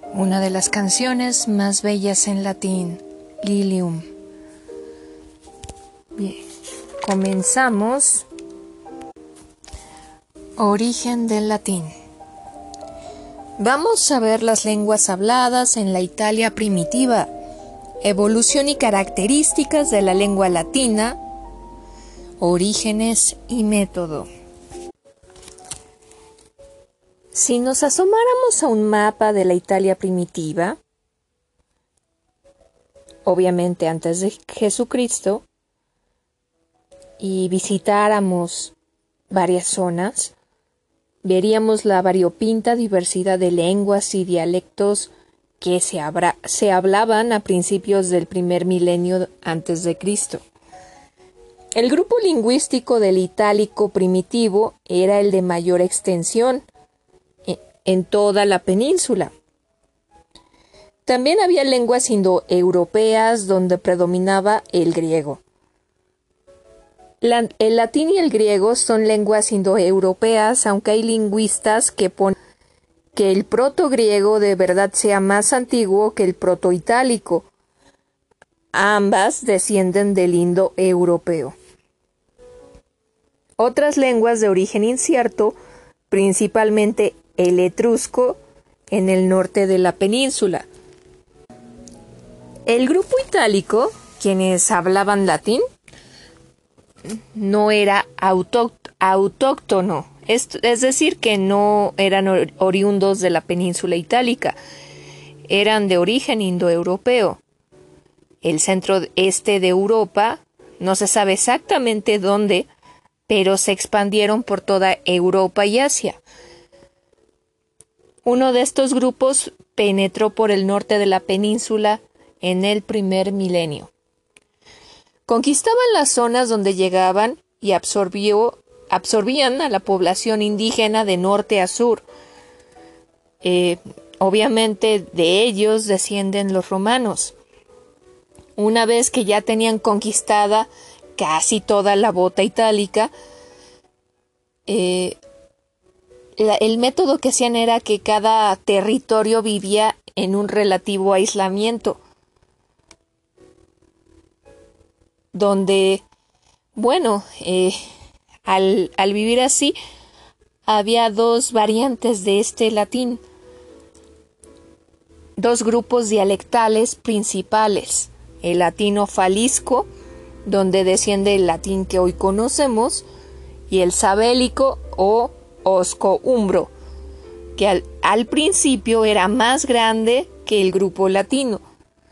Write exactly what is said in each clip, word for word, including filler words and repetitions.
una de las canciones más bellas en latín, Lilium. Bien, comenzamos. Origen del latín. Vamos a ver las lenguas habladas en la Italia primitiva, evolución y características de la lengua latina, orígenes y método. Si nos asomáramos a un mapa de la Italia primitiva, obviamente antes de Jesucristo, y visitáramos varias zonas, veríamos la variopinta diversidad de lenguas y dialectos que se, habra, se hablaban a principios del primer milenio antes de Cristo. El grupo lingüístico del itálico primitivo era el de mayor extensión en toda la península. También había lenguas indoeuropeas donde predominaba el griego. La, el latín y el griego son lenguas indoeuropeas, aunque hay lingüistas que ponen que el protogriego de verdad sea más antiguo que el protoitálico. Ambas descienden del indoeuropeo. Otras lenguas de origen incierto, principalmente el etrusco, en el norte de la península. El grupo itálico, quienes hablaban latín, no era autóctono, es, es decir, que no eran oriundos de la península itálica, eran de origen indoeuropeo. El centro este de Europa, no se sabe exactamente dónde, pero se expandieron por toda Europa y Asia. Uno de estos grupos penetró por el norte de la península en el primer milenio. Conquistaban las zonas donde llegaban y absorbió, absorbían a la población indígena de norte a sur. Eh, obviamente de ellos descienden los romanos. Una vez que ya tenían conquistada casi toda la bota itálica, eh, la, el método que hacían era que cada territorio vivía en un relativo aislamiento, donde, bueno, eh, al, al vivir así, había dos variantes de este latín, dos grupos dialectales principales, el latino falisco, donde desciende el latín que hoy conocemos, y el sabélico o osco-umbro, que al, al principio era más grande que el grupo latino.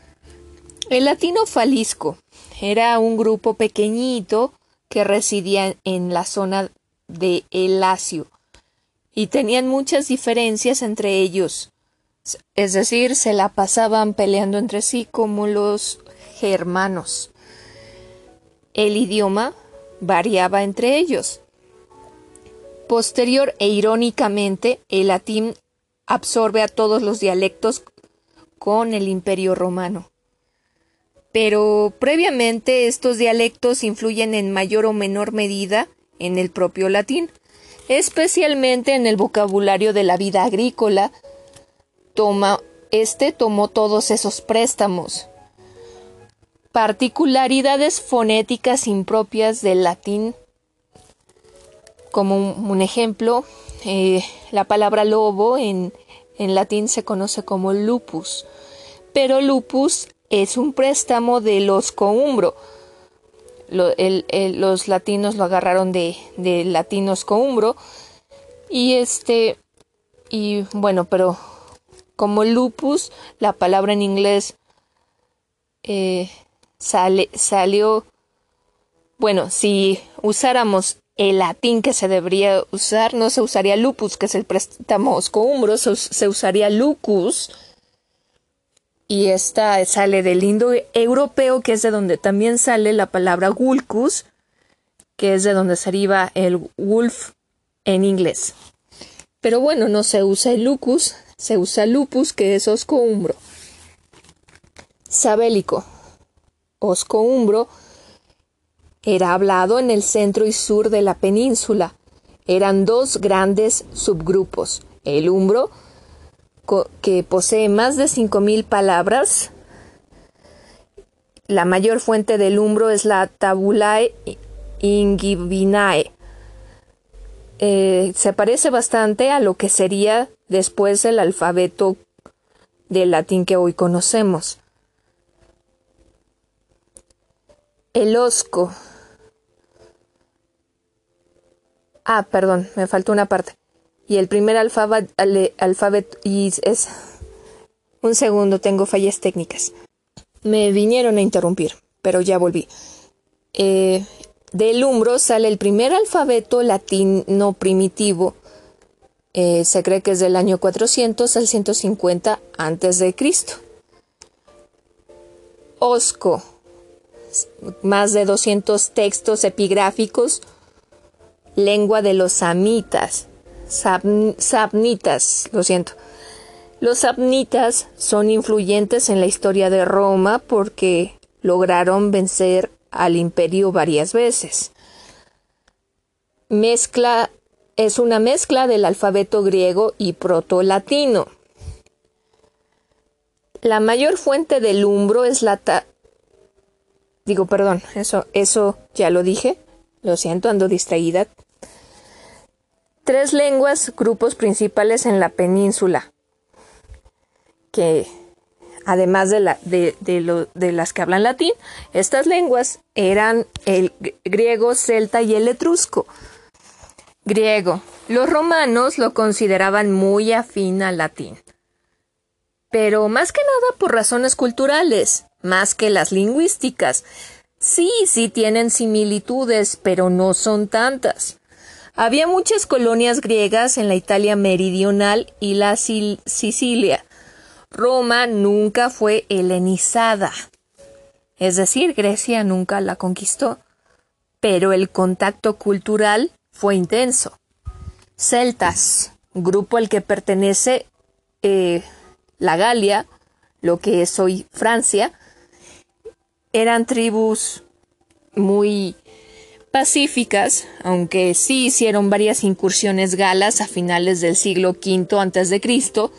El latino falisco era un grupo pequeñito que residía en la zona de El Lacio y tenían muchas diferencias entre ellos, es decir, se la pasaban peleando entre sí como los germanos. El idioma variaba entre ellos. Posterior e irónicamente, el latín absorbe a todos los dialectos con el Imperio Romano. Pero previamente estos dialectos influyen en mayor o menor medida en el propio latín, especialmente en el vocabulario de la vida agrícola. Toma, este tomó todos esos préstamos. Particularidades fonéticas impropias del latín, como un, un ejemplo, eh, la palabra lobo en, en latín se conoce como lupus, pero lupus es un préstamo del osco-umbro. Lo, el, el, los latinos lo agarraron de, de latín osco-umbro y este y bueno, pero como lupus, la palabra en inglés eh, sale salió. Bueno, si usáramos el latín que se debería usar, no se usaría lupus, que es el préstamo osco-umbro, se, se usaría lucus. Y esta sale del indoeuropeo, que es de donde también sale la palabra vulcus, que es de donde se deriva el wolf en inglés. Pero bueno, no se usa el lucus, se usa lupus, que es osco-umbro. Sabélico, osco-umbro, era hablado en el centro y sur de la península. Eran dos grandes subgrupos, el umbro, que posee más de cinco mil palabras. La mayor fuente del umbro es la Tabulae Ingibinae. Eh, se parece bastante a lo que sería después el alfabeto del latín que hoy conocemos. El osco. Ah, perdón, me faltó una parte. Y el primer alfabeto, alfabeto y es... Un segundo, tengo fallas técnicas. Me vinieron a interrumpir, pero ya volví. Eh, del umbro sale el primer alfabeto latino primitivo. Eh, se cree que es del año cuatrocientos al ciento cincuenta antes de Cristo. Osco. Más de doscientos textos epigráficos. Lengua de los samitas. Samnitas, lo siento. Los samnitas son influyentes en la historia de Roma porque lograron vencer al imperio varias veces. Mezcla es una mezcla del alfabeto griego y proto-latino. La mayor fuente del umbro es la ta Digo, perdón, eso, eso ya lo dije. Lo siento, ando distraída. Tres lenguas, grupos principales en la península, que además de, la, de, de, lo, de las que hablan latín, estas lenguas eran el griego, celta y el etrusco. Griego. Los romanos lo consideraban muy afín al latín, pero más que nada por razones culturales, más que las lingüísticas. Sí, sí tienen similitudes, pero no son tantas. Había muchas colonias griegas en la Italia meridional y la Sicilia. Roma nunca fue helenizada, es decir, Grecia nunca la conquistó, pero el contacto cultural fue intenso. Celtas, grupo al que pertenece eh, la Galia, lo que es hoy Francia, eran tribus muy pacíficas, aunque sí hicieron varias incursiones galas a finales del siglo quinto antes de Cristo,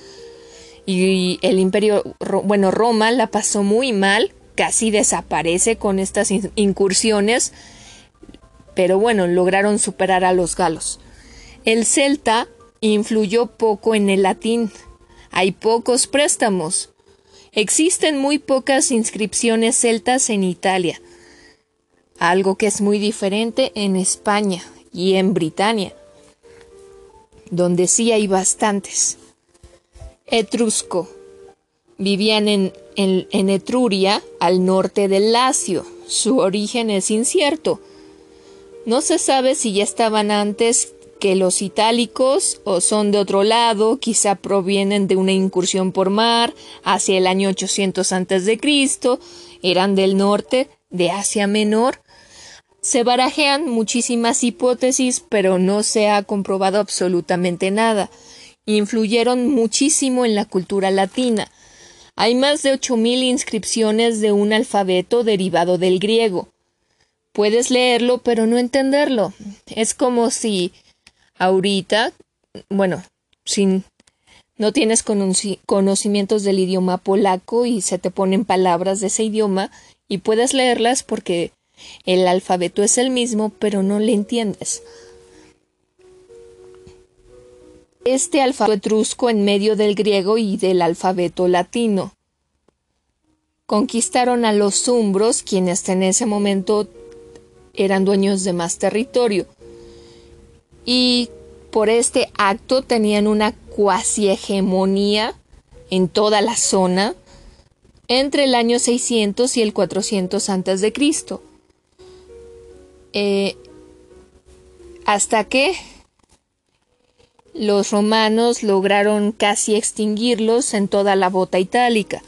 y el imperio, bueno, Roma la pasó muy mal, casi desaparece con estas incursiones, pero bueno, lograron superar a los galos. El celta influyó poco en el latín. Hay pocos préstamos. Existen muy pocas inscripciones celtas en Italia, algo que es muy diferente en España y en Britania, donde sí hay bastantes. Etrusco. Vivían en, en, en Etruria, al norte del Lacio. Su origen es incierto. No se sabe si ya estaban antes que los itálicos o son de otro lado, quizá provienen de una incursión por mar hacia el año ochocientos antes de Cristo, eran del norte de Asia Menor. Se barajean muchísimas hipótesis, pero no se ha comprobado absolutamente nada. Influyeron muchísimo en la cultura latina. Hay más de ocho mil inscripciones de un alfabeto derivado del griego. Puedes leerlo, pero no entenderlo. Es como si ahorita, bueno, si no tienes conoci- conocimientos del idioma polaco y se te ponen palabras de ese idioma y puedes leerlas porque el alfabeto es el mismo, pero no le entiendes. Este alfabeto etrusco en medio del griego y del alfabeto latino. Conquistaron a los umbros, quienes en ese momento eran dueños de más territorio. Y por este acto tenían una cuasi hegemonía en toda la zona entre el año seiscientos y el cuatrocientos antes de Cristo. Eh, hasta que los romanos lograron casi extinguirlos en toda la bota itálica.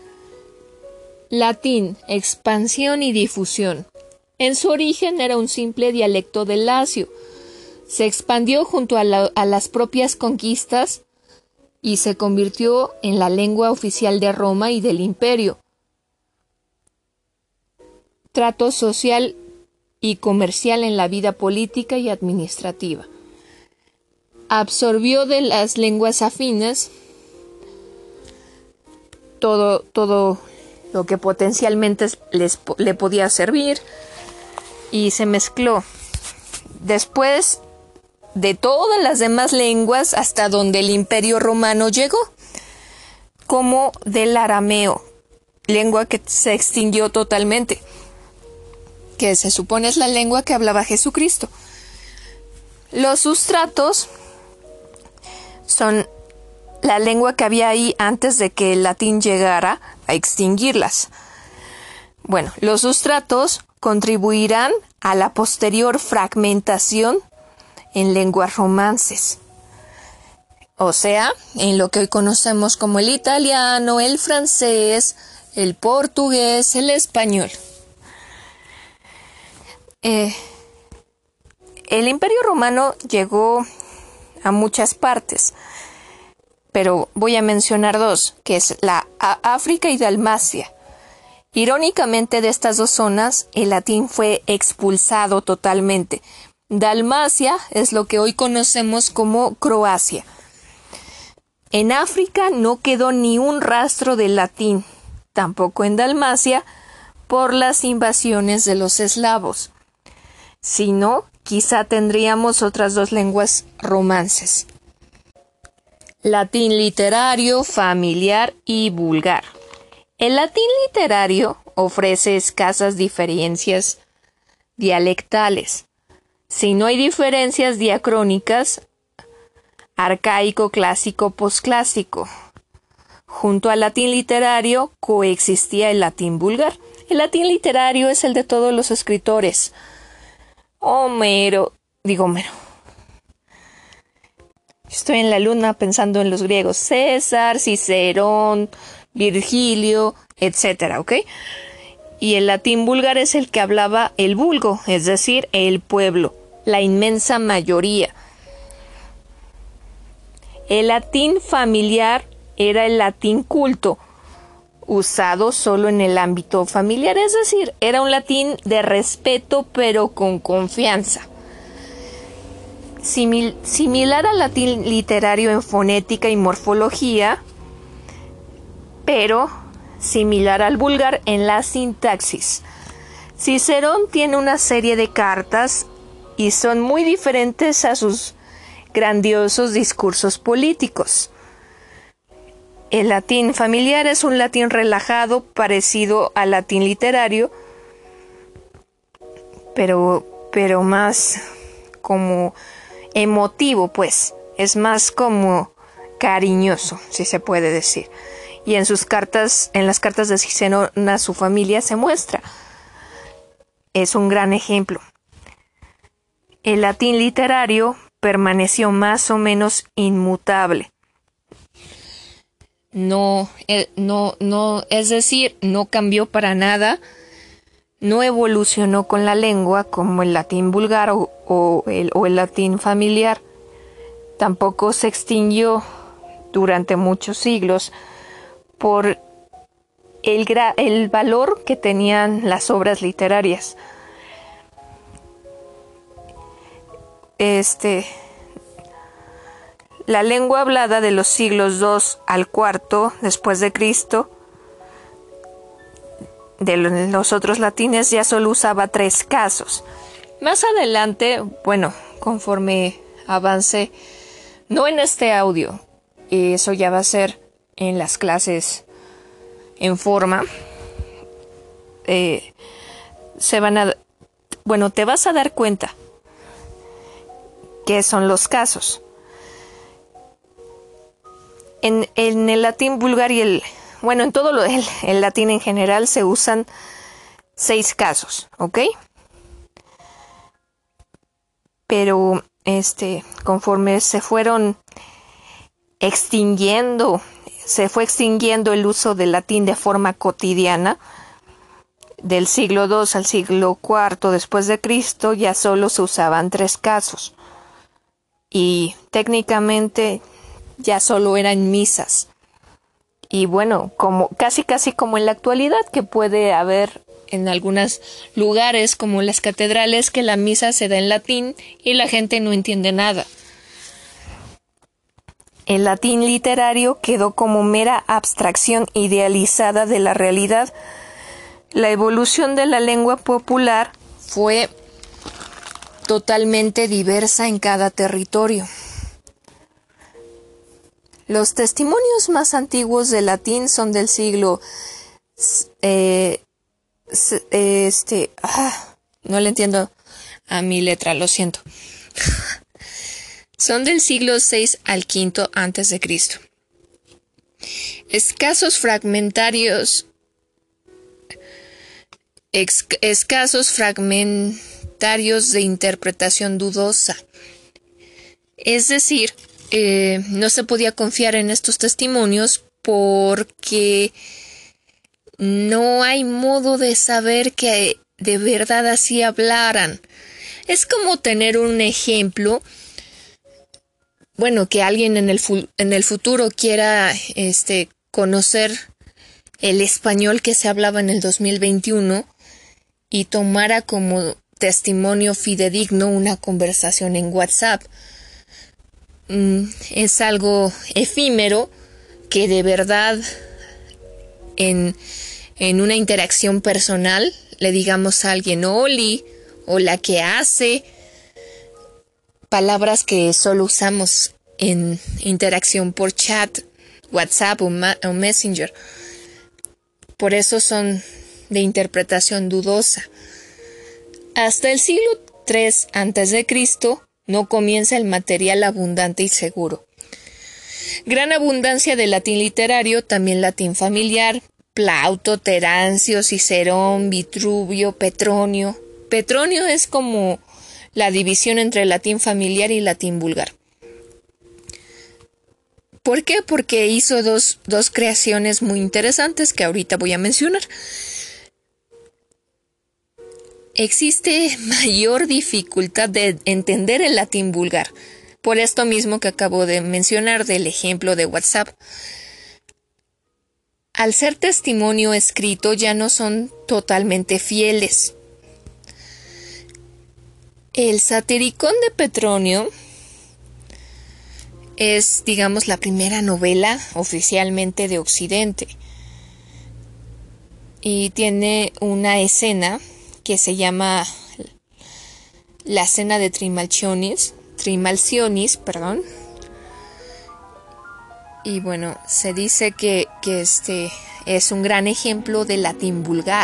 Latín, expansión y difusión. En su origen era un simple dialecto del lacio. Se expandió junto a, la, a las propias conquistas y se convirtió en la lengua oficial de Roma y del imperio. Trato social y comercial en la vida política y administrativa. Absorbió de las lenguas afines todo, todo lo que potencialmente les, le podía servir, y se mezcló. Después de todas las demás lenguas hasta donde el Imperio Romano llegó, como del arameo, lengua que se extinguió totalmente, que se supone es la lengua que hablaba Jesucristo. Los sustratos son la lengua que había ahí antes de que el latín llegara a extinguirlas. Bueno, los sustratos contribuirán a la posterior fragmentación en lenguas romances, o sea, en lo que hoy conocemos como el italiano, el francés, el portugués, el español. Eh, el Imperio Romano llegó a muchas partes, pero voy a mencionar dos, que es la África y Dalmacia. Irónicamente, de estas dos zonas, el latín fue expulsado totalmente. Dalmacia es lo que hoy conocemos como Croacia. En África no quedó ni un rastro del latín, tampoco en Dalmacia, por las invasiones de los eslavos. Si no, quizá tendríamos otras dos lenguas romances: latín literario, familiar y vulgar. El latín literario ofrece escasas diferencias dialectales. Si no hay diferencias diacrónicas, arcaico, clásico, posclásico. Junto al latín literario coexistía el latín vulgar. El latín literario es el de todos los escritores. Homero, digo Homero. Estoy en la luna pensando en los griegos. César, Cicerón, Virgilio, etcétera, ¿ok? Y el latín vulgar es el que hablaba el vulgo, es decir, el pueblo, la inmensa mayoría. El latín familiar era el latín culto, usado solo en el ámbito familiar, es decir, era un latín de respeto pero con confianza. Simil- similar al latín literario en fonética y morfología, pero similar al vulgar en la sintaxis. Cicerón tiene una serie de cartas y son muy diferentes a sus grandiosos discursos políticos. El latín familiar es un latín relajado, parecido al latín literario, pero, pero más como emotivo, pues. Es más como cariñoso, si se puede decir. Y en sus cartas, en las cartas de Cicerón a su familia se muestra. Es un gran ejemplo. El latín literario permaneció más o menos inmutable. No, eh, no, no, es decir, no cambió para nada, no evolucionó con la lengua como el latín vulgar o, o, el, o el latín familiar. Tampoco se extinguió durante muchos siglos por el, gra- el valor que tenían las obras literarias. Este, la lengua hablada de los siglos dos al cuarto después de Cristo, de los otros latines, ya solo usaba tres casos. Más adelante, bueno, conforme avance, no en este audio, eso ya va a ser en las clases en forma, eh, se van a, bueno, te vas a dar cuenta qué son los casos. En, en el latín vulgar y el, bueno, en todo lo, el, el latín en general se usan seis casos, ¿ok? Pero, este, conforme se fueron extinguiendo, se fue extinguiendo el uso del latín de forma cotidiana, del siglo dos al siglo cuarto después de Cristo, ya solo se usaban tres casos. Y técnicamente ya solo eran misas. Y bueno, como casi casi como en la actualidad, que puede haber en algunos lugares como las catedrales que la misa se da en latín y la gente no entiende nada. El latín literario quedó como mera abstracción idealizada de la realidad. La evolución de la lengua popular fue totalmente diversa en cada territorio. Los testimonios más antiguos del latín son del siglo eh, este ah, no le entiendo a mi letra, lo siento. Son del siglo sexto al quinto antes de Cristo. Escasos fragmentarios ex, escasos fragmentarios de interpretación dudosa. Es decir, eh, no se podía confiar en estos testimonios porque no hay modo de saber que de verdad así hablaran. Es como tener un ejemplo, bueno, que alguien en el, fu- en el futuro quiera este, conocer el español que se hablaba en el dos mil veintiuno y tomara como testimonio fidedigno una conversación en WhatsApp. Mm, es algo efímero que de verdad en, en una interacción personal le digamos a alguien Oli o la que hace, palabras que solo usamos en interacción por chat, WhatsApp o, ma- o Messenger. Por eso son de interpretación dudosa. Hasta el siglo tercero antes de Cristo no comienza el material abundante y seguro. Gran abundancia de latín literario, también latín familiar, Plauto, Terancio, Cicerón, Vitruvio, Petronio. Petronio es como la división entre latín familiar y latín vulgar. ¿Por qué? Porque hizo dos, dos creaciones muy interesantes que ahorita voy a mencionar. Existe mayor dificultad de entender el latín vulgar, por esto mismo que acabo de mencionar del ejemplo de WhatsApp. Al ser testimonio escrito ya no son totalmente fieles. El Satiricón de Petronio es, digamos, la primera novela oficialmente de Occidente. Y tiene una escena que se llama la Cena de Trimalcionis, Trimalcionis, perdón. Y bueno, se dice que, que este es un gran ejemplo de latín vulgar.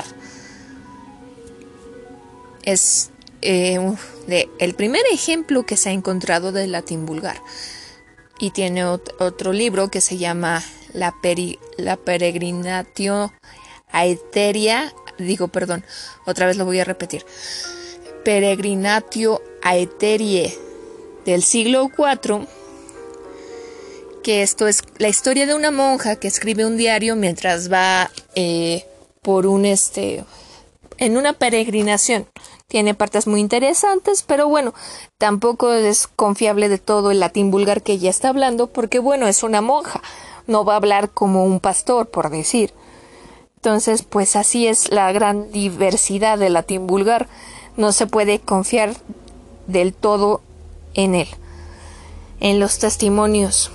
Es eh, de, el primer ejemplo que se ha encontrado de latín vulgar. Y tiene ot- otro libro que se llama La, peri, la Peregrinatio Aeteria, digo, perdón, otra vez lo voy a repetir. Peregrinatio Aeteriae del siglo cuarto, que esto es la historia de una monja que escribe un diario mientras va eh, por un este en una peregrinación. Tiene partes muy interesantes, pero bueno, tampoco es confiable de todo el latín vulgar que ella está hablando, porque bueno, es una monja, no va a hablar como un pastor, por decir. Entonces, pues así es la gran diversidad del latín vulgar. No se puede confiar del todo en él. En los testimonios.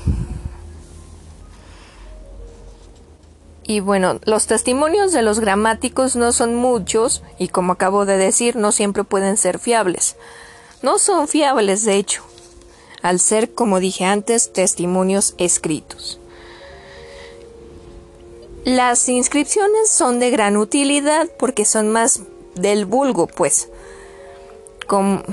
Y bueno, los testimonios de los gramáticos no son muchos y, como acabo de decir, no siempre pueden ser fiables. No son fiables, de hecho, al ser, como dije antes, testimonios escritos. Las inscripciones son de gran utilidad porque son más del vulgo, pues. Como...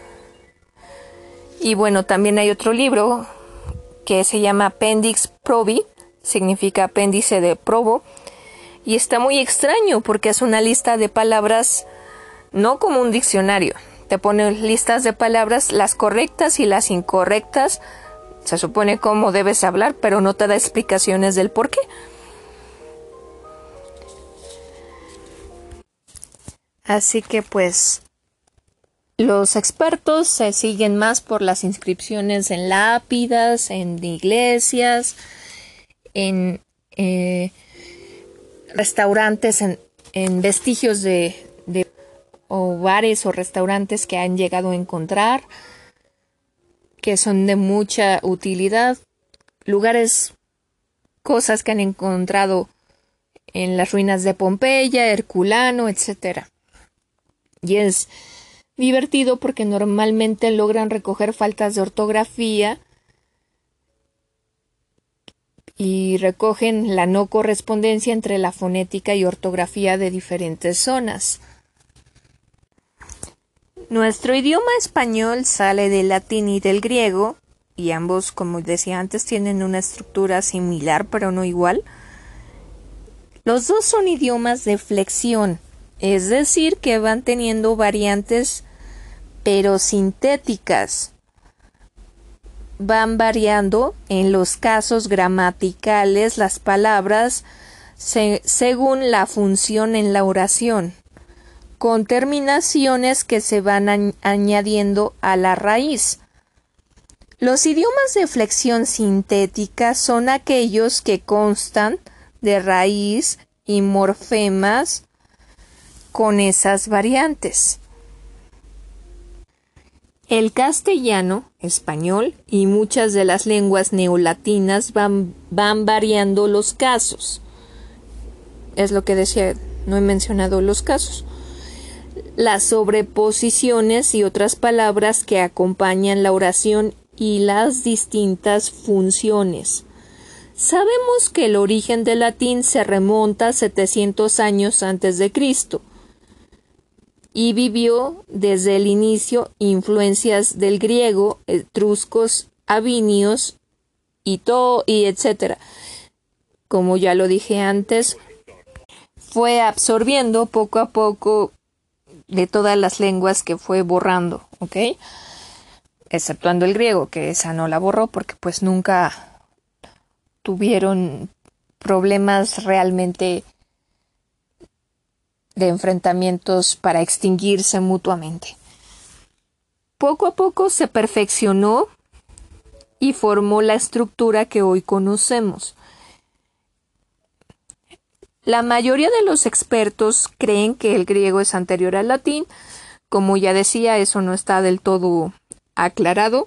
Y bueno, también hay otro libro que se llama Appendix Probi, significa apéndice de probo, y está muy extraño porque es una lista de palabras, no como un diccionario. Te pone listas de palabras, las correctas y las incorrectas. Se supone cómo debes hablar, pero no te da explicaciones del por qué. Así que pues los expertos se siguen más por las inscripciones en lápidas, en iglesias, en eh, restaurantes, en, en vestigios de, de o bares o restaurantes que han llegado a encontrar, que son de mucha utilidad, lugares, cosas que han encontrado en las ruinas de Pompeya, Herculano, etcétera. Y es divertido porque normalmente logran recoger faltas de ortografía y recogen la no correspondencia entre la fonética y ortografía de diferentes zonas. Nuestro idioma español sale del latín y del griego, y ambos, como decía antes, tienen una estructura similar pero no igual. Los dos son idiomas de flexión, es decir, que van teniendo variantes pero sintéticas. Van variando en los casos gramaticales las palabras se- según la función en la oración, con terminaciones que se van añ- añadiendo a la raíz. Los idiomas de flexión sintética son aquellos que constan de raíz y morfemas con esas variantes. El castellano, español y muchas de las lenguas neolatinas van, van variando los casos. Es lo que decía, no he mencionado los casos. Las sobreposiciones y otras palabras que acompañan la oración y las distintas funciones. Sabemos que el origen del latín se remonta a setecientos años antes de Cristo y vivió desde el inicio influencias del griego, etruscos, avinios y todo y etcétera. Como ya lo dije antes, fue absorbiendo poco a poco de todas las lenguas que fue borrando, ¿ok? Exceptuando el griego, que esa no la borró porque pues nunca tuvieron problemas realmente de enfrentamientos para extinguirse mutuamente. Poco a poco se perfeccionó y formó la estructura que hoy conocemos. La mayoría de los expertos creen que el griego es anterior al latín. Como ya decía, eso no está del todo aclarado.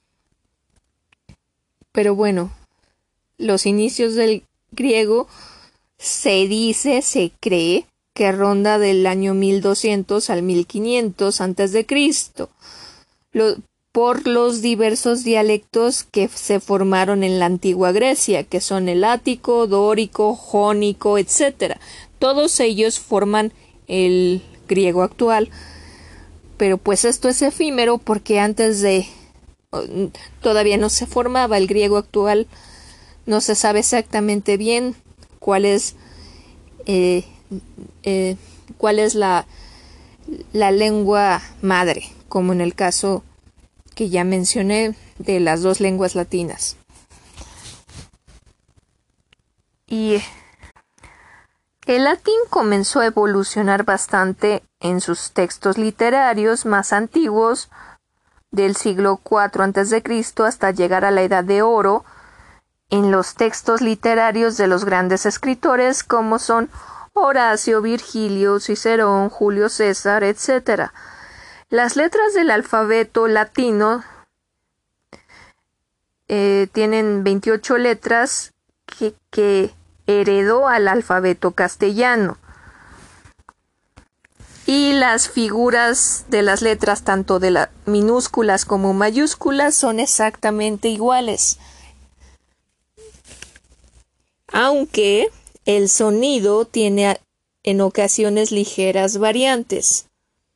Pero bueno, los inicios del griego se dice, se cree que ronda del año mil doscientos al mil quinientos antes de Cristo, lo, por los diversos dialectos que se formaron en la antigua Grecia, que son el ático, dórico, jónico, etcétera. Todos ellos forman el griego actual. Pero pues esto es efímero porque antes de todavía no se formaba el griego actual, no se sabe exactamente bien cuál es eh, eh, cuál es la, la lengua madre, como en el caso que ya mencioné de las dos lenguas latinas. Y el latín comenzó a evolucionar bastante en sus textos literarios más antiguos del siglo cuatro antes de Cristo hasta llegar a la Edad de Oro en los textos literarios de los grandes escritores como son Horacio, Virgilio, Cicerón, Julio César, etcétera. Las letras del alfabeto latino eh, tienen veintiocho letras que, que heredó al alfabeto castellano. Y las figuras de las letras, tanto de las minúsculas como mayúsculas, son exactamente iguales. Aunque el sonido tiene en ocasiones ligeras variantes.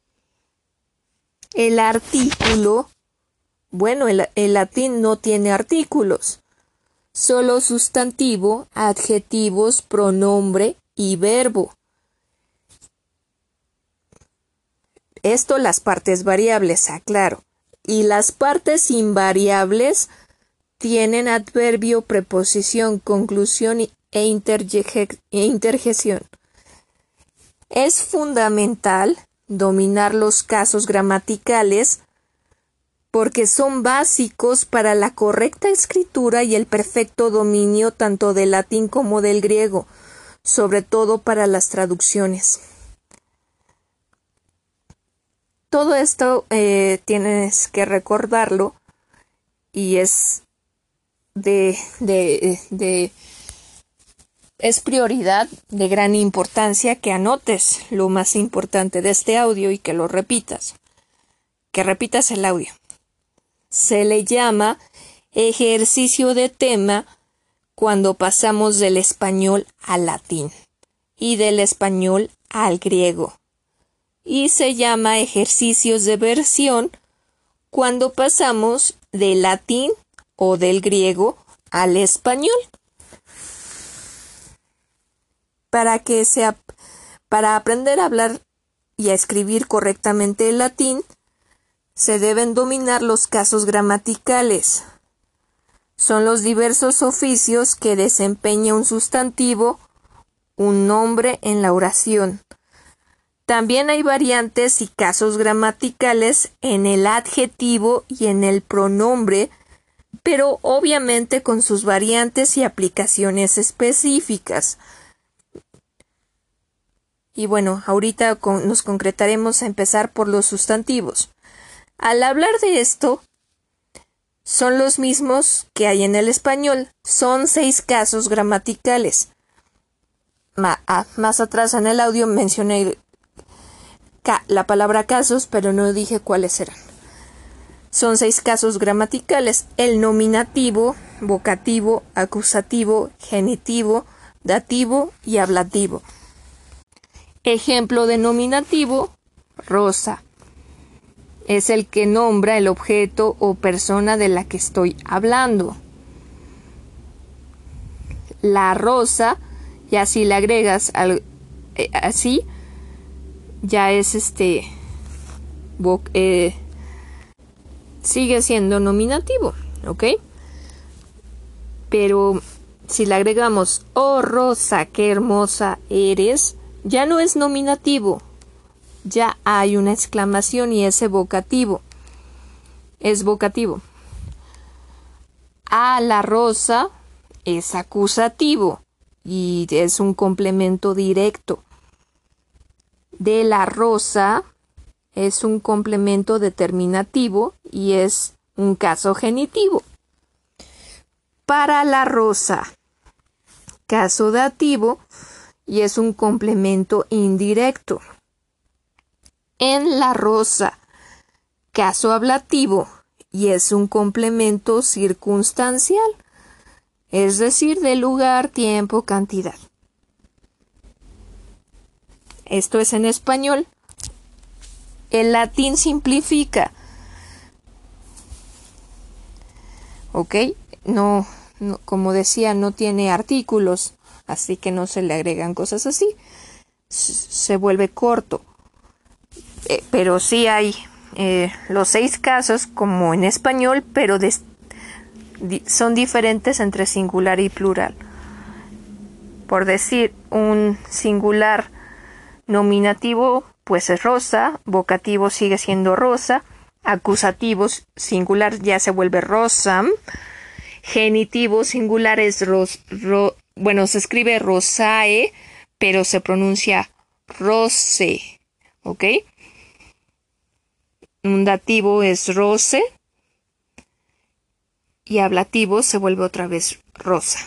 El artículo, bueno, el, el latín no tiene artículos, solo sustantivo, adjetivos, pronombre y verbo. Esto las partes variables, aclaro. Y las partes invariables tienen adverbio, preposición, conclusión e, interje- e interjección. Es fundamental dominar los casos gramaticales porque son básicos para la correcta escritura y el perfecto dominio tanto del latín como del griego, sobre todo para las traducciones. Todo esto eh, tienes que recordarlo y es de, de, de es prioridad de gran importancia que anotes lo más importante de este audio y que lo repitas. Que repitas el audio. Se le llama ejercicio de tema cuando pasamos del español al latín y del español al griego. Y se llama ejercicios de versión cuando pasamos del latín o del griego al español. Para que sea, para aprender a hablar y a escribir correctamente el latín, se deben dominar los casos gramaticales. Son los diversos oficios que desempeña un sustantivo, un nombre en la oración. También hay variantes y casos gramaticales en el adjetivo y en el pronombre, pero obviamente con sus variantes y aplicaciones específicas. Y bueno, ahorita con, nos concretaremos a empezar por los sustantivos. Al hablar de esto, son los mismos que hay en el español. Son seis casos gramaticales. Ma, ah, más atrás en el audio mencioné ca, la palabra casos, pero no dije cuáles eran. Son seis casos gramaticales: el nominativo, vocativo, acusativo, genitivo, dativo y ablativo. Ejemplo de nominativo: Rosa. Es el que nombra el objeto o persona de la que estoy hablando. La rosa, ya si le agregas al, eh, así, ya es este, vo, eh, sigue siendo nominativo, ¿ok? Pero si le agregamos, oh Rosa, qué hermosa eres, ya no es nominativo. Ya hay una exclamación y es evocativo. Es vocativo. A la rosa es acusativo y es un complemento directo. De la rosa es un complemento determinativo y es un caso genitivo. Para la rosa, caso dativo y es un complemento indirecto. En la rosa, caso ablativo y es un complemento circunstancial, es decir, de lugar, tiempo, cantidad. Esto es en español. El latín simplifica. ¿Ok? No, no, como decía, no tiene artículos, así que no se le agregan cosas así. Se vuelve corto. Eh, pero sí hay eh, los seis casos como en español, pero de, di, son diferentes entre singular y plural. Por decir, un singular nominativo pues es rosa, vocativo sigue siendo rosa, acusativo singular ya se vuelve rosam, genitivo singular es ros, ro, bueno, se escribe rosae, pero se pronuncia rose, ¿ok? Un dativo es rose y ablativo se vuelve otra vez rosa.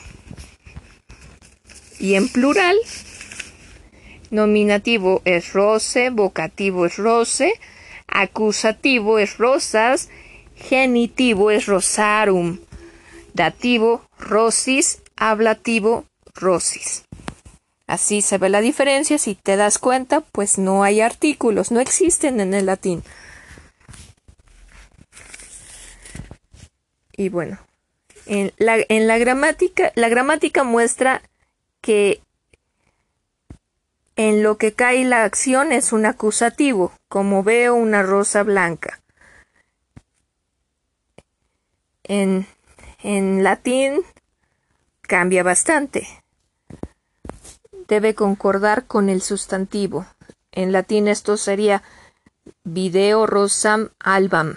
Y en plural, nominativo es rose, vocativo es rose, acusativo es rosas, genitivo es rosarum, dativo rosis, ablativo rosis. Así se ve la diferencia. Si te das cuenta, pues no hay artículos, no existen en el latín. Y bueno, en la, en la gramática, la gramática muestra que en lo que cae la acción es un acusativo, como veo una rosa blanca. En, en latín cambia bastante. Debe concordar con el sustantivo. En latín esto sería video rosam albam.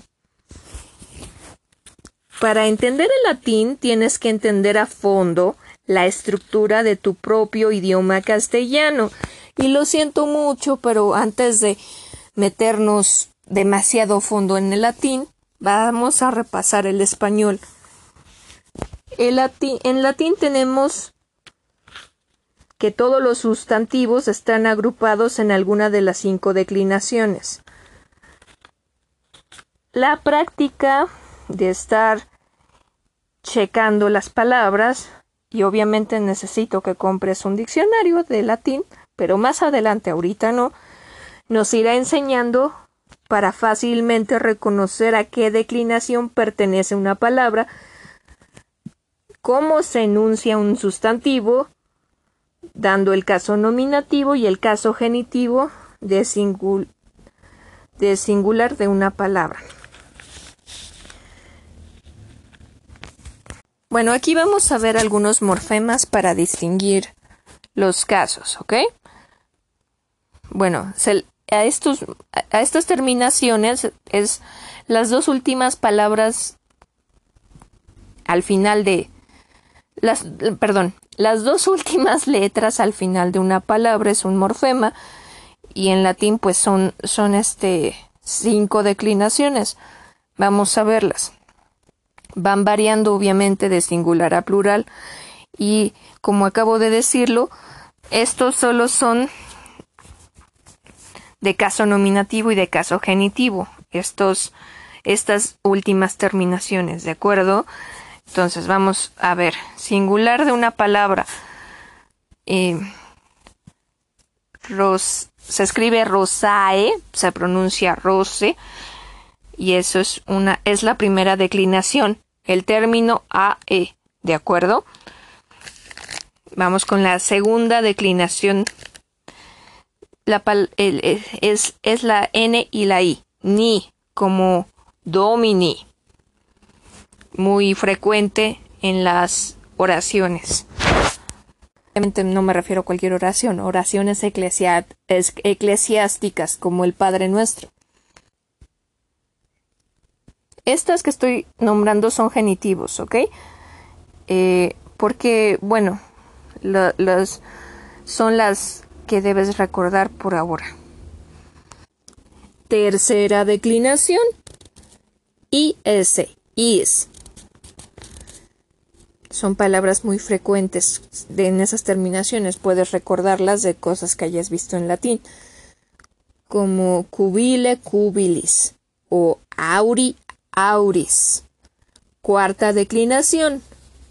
Para entender el latín tienes que entender a fondo la estructura de tu propio idioma castellano. Y lo siento mucho, pero antes de meternos demasiado fondo en el latín, vamos a repasar el español. el latín, en latín tenemos que todos los sustantivos están agrupados en alguna de las cinco declinaciones. La práctica de estar checando las palabras, y obviamente necesito que compres un diccionario de latín, pero más adelante, ahorita no, nos irá enseñando para fácilmente reconocer a qué declinación pertenece una palabra, cómo se enuncia un sustantivo, dando el caso nominativo y el caso genitivo de, singul de singular de una palabra. Bueno, aquí vamos a ver algunos morfemas para distinguir los casos, ¿ok? Bueno, se, a, estos, a estas terminaciones es las dos últimas palabras al final de las, perdón, las dos últimas letras al final de una palabra es un morfema, y en latín pues son, son este cinco declinaciones. Vamos a verlas. Van variando obviamente de singular a plural, y como acabo de decirlo, estos solo son de caso nominativo y de caso genitivo, estos, estas últimas terminaciones, ¿de acuerdo? Entonces vamos a ver, singular de una palabra, eh, ros, se escribe rosae, se pronuncia rose, y eso es una, es la primera declinación, el término ae, ¿de acuerdo? Vamos con la segunda declinación. La pal, el, el, es, es la N y la I, ni, como domini, muy frecuente en las oraciones. Obviamente no me refiero a cualquier oración, oraciones eclesia, es, eclesiásticas como el Padre Nuestro. Estas que estoy nombrando son genitivos, ¿ok? Eh, porque, bueno, lo, los, son las que debes recordar por ahora. Tercera declinación, is, is. Son palabras muy frecuentes de, en esas terminaciones. Puedes recordarlas de cosas que hayas visto en latín, como cubile, cubilis, o auri, auris. Cuarta declinación,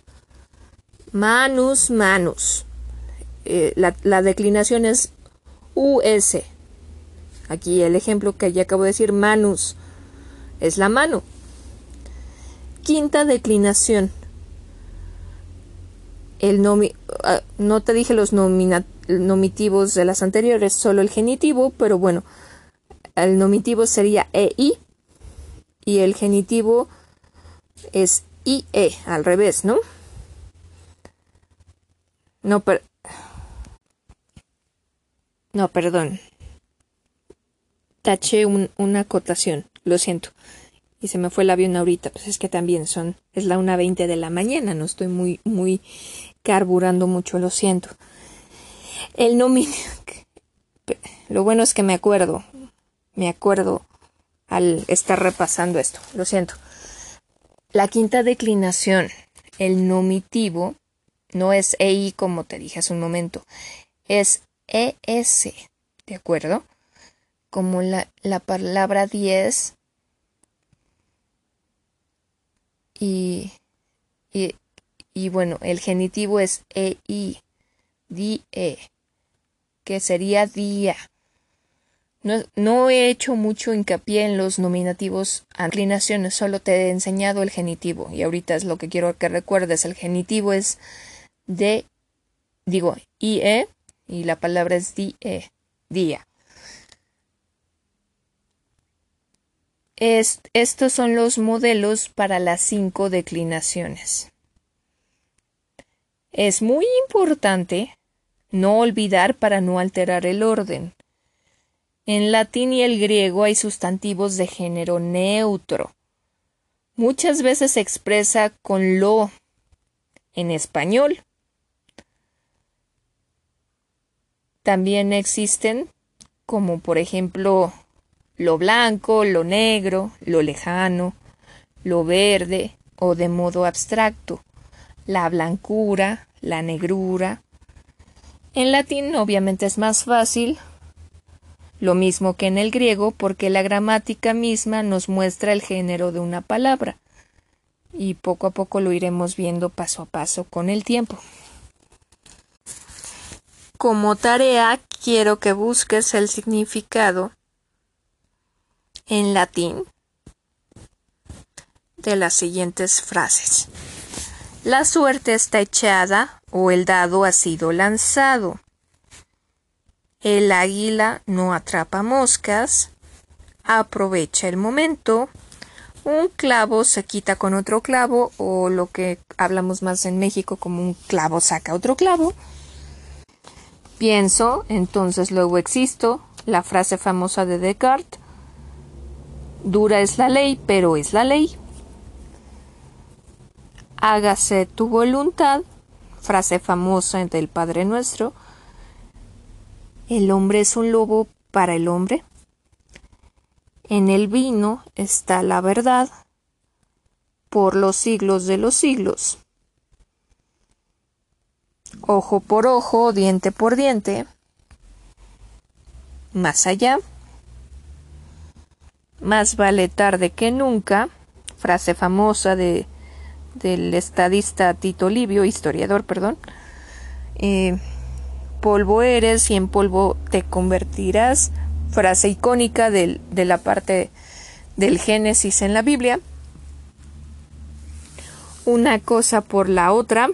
manus, manus. Eh, la, la declinación es us. Aquí el ejemplo que ya acabo de decir, manus, es la mano. Quinta declinación, el nomi, uh, no te dije los nomina, nominativos de las anteriores, solo el genitivo, pero bueno, el nominativo sería ei, y el genitivo es ie, al revés, ¿no? No, per no, perdón. Taché un, una acotación, lo siento. Y se me fue el avión ahorita, pues es que también son, es la una veinte de la mañana, no estoy muy, muy carburando mucho, lo siento. El nominativo, lo bueno es que me acuerdo, me acuerdo al estar repasando esto, lo siento. La quinta declinación, el nominativo, no es ei como te dije hace un momento, es es, ¿de acuerdo? Como la, la palabra diez y, y, y bueno, el genitivo es ei, die, que sería día. No, no he hecho mucho hincapié en los nominativos a declinaciones, solo te he enseñado el genitivo, y ahorita es lo que quiero que recuerdes. El genitivo es de, digo, ie, y la palabra es die, día. Es, estos son los modelos para las cinco declinaciones. Es muy importante no olvidar para no alterar el orden. En latín y el griego hay sustantivos de género neutro. Muchas veces se expresa con lo. En español también existen, como por ejemplo lo blanco, lo negro, lo lejano, lo verde o de modo abstracto. la blancura, la negrura. En latín obviamente es más fácil, lo mismo que en el griego, porque la gramática misma nos muestra el género de una palabra. Y poco a poco lo iremos viendo paso a paso con el tiempo. Como tarea, quiero que busques el significado en latín de las siguientes frases. La suerte está echada o el dado ha sido lanzado. El águila no atrapa moscas. Aprovecha el momento. Un clavo se quita con otro clavo, o lo que hablamos más en México como un clavo saca otro clavo. Pienso, entonces luego existo. La frase famosa de Descartes. Dura es la ley, pero es la ley. Hágase tu voluntad. Frase famosa del Padre Nuestro. El hombre es un lobo para el hombre. En el vino está la verdad. Por los siglos de los siglos. Ojo por ojo, diente por diente. Más allá. Más vale tarde que nunca. Frase famosa de, del estadista Tito Livio, historiador, perdón. Eh, polvo eres y en polvo te convertirás. Frase icónica del, de la parte del Génesis en la Biblia. Una cosa por la otra.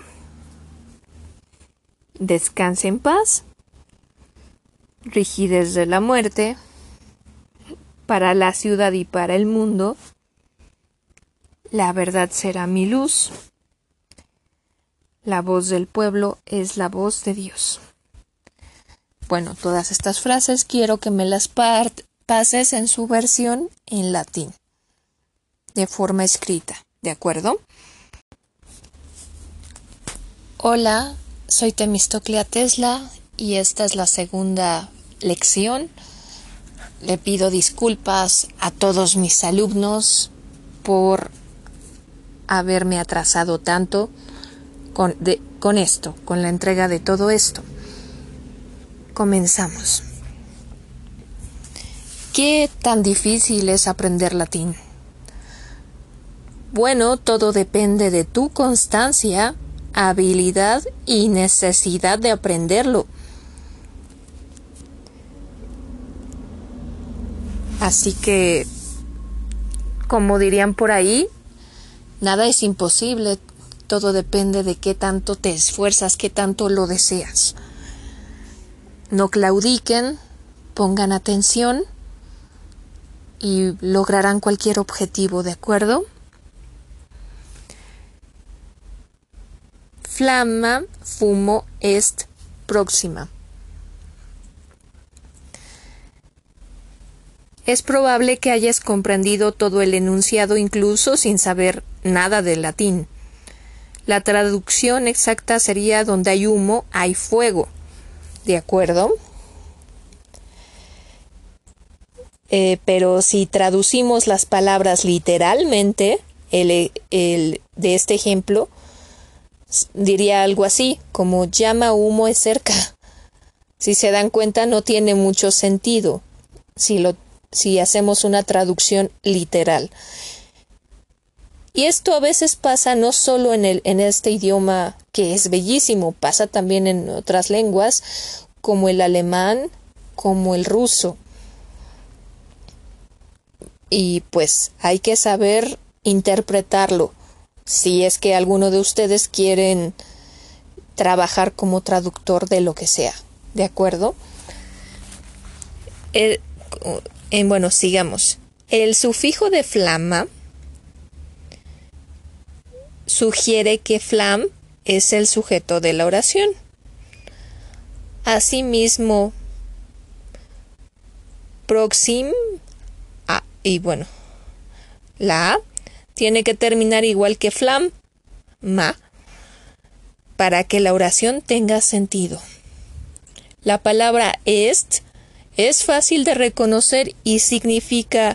Descanse en paz. Rigidez de la muerte. Para la ciudad y para el mundo. La verdad será mi luz. La voz del pueblo es la voz de Dios. Bueno, todas estas frases quiero que me las pases en su versión en latín, de forma escrita, ¿de acuerdo? Hola, soy Temistoclea Tesla y esta es la segunda lección. Le pido disculpas a todos mis alumnos por haberme atrasado tanto con, de, con esto, con la entrega de todo esto. Comenzamos. ¿Qué tan difícil es aprender latín? Bueno, todo depende de tu constancia, habilidad y necesidad de aprenderlo. Así que, como dirían por ahí, nada es imposible, todo depende de qué tanto te esfuerzas, qué tanto lo deseas. No claudiquen, pongan atención y lograrán cualquier objetivo, ¿de acuerdo? Flamma fumo est próxima. Es probable que hayas comprendido todo el enunciado incluso sin saber nada de latín. La traducción exacta sería donde hay humo, hay fuego. ¿De acuerdo? Eh, pero si traducimos las palabras literalmente, el, el, de este ejemplo, diría algo así, como llama humo es cerca. Si se dan cuenta, no tiene mucho sentido si, lo, si hacemos una traducción literal. Y esto a veces pasa no solo en, el, en este idioma que es bellísimo, pasa también en otras lenguas como el alemán, como el ruso. Y pues hay que saber interpretarlo si es que alguno de ustedes quieren trabajar como traductor de lo que sea, ¿de acuerdo? El, eh, bueno, sigamos. El sufijo de flama sugiere que flam es el sujeto de la oración. Asimismo, proxim, ah, y bueno, la A tiene que terminar igual que flam, ma, para que la oración tenga sentido. La palabra est es fácil de reconocer y significa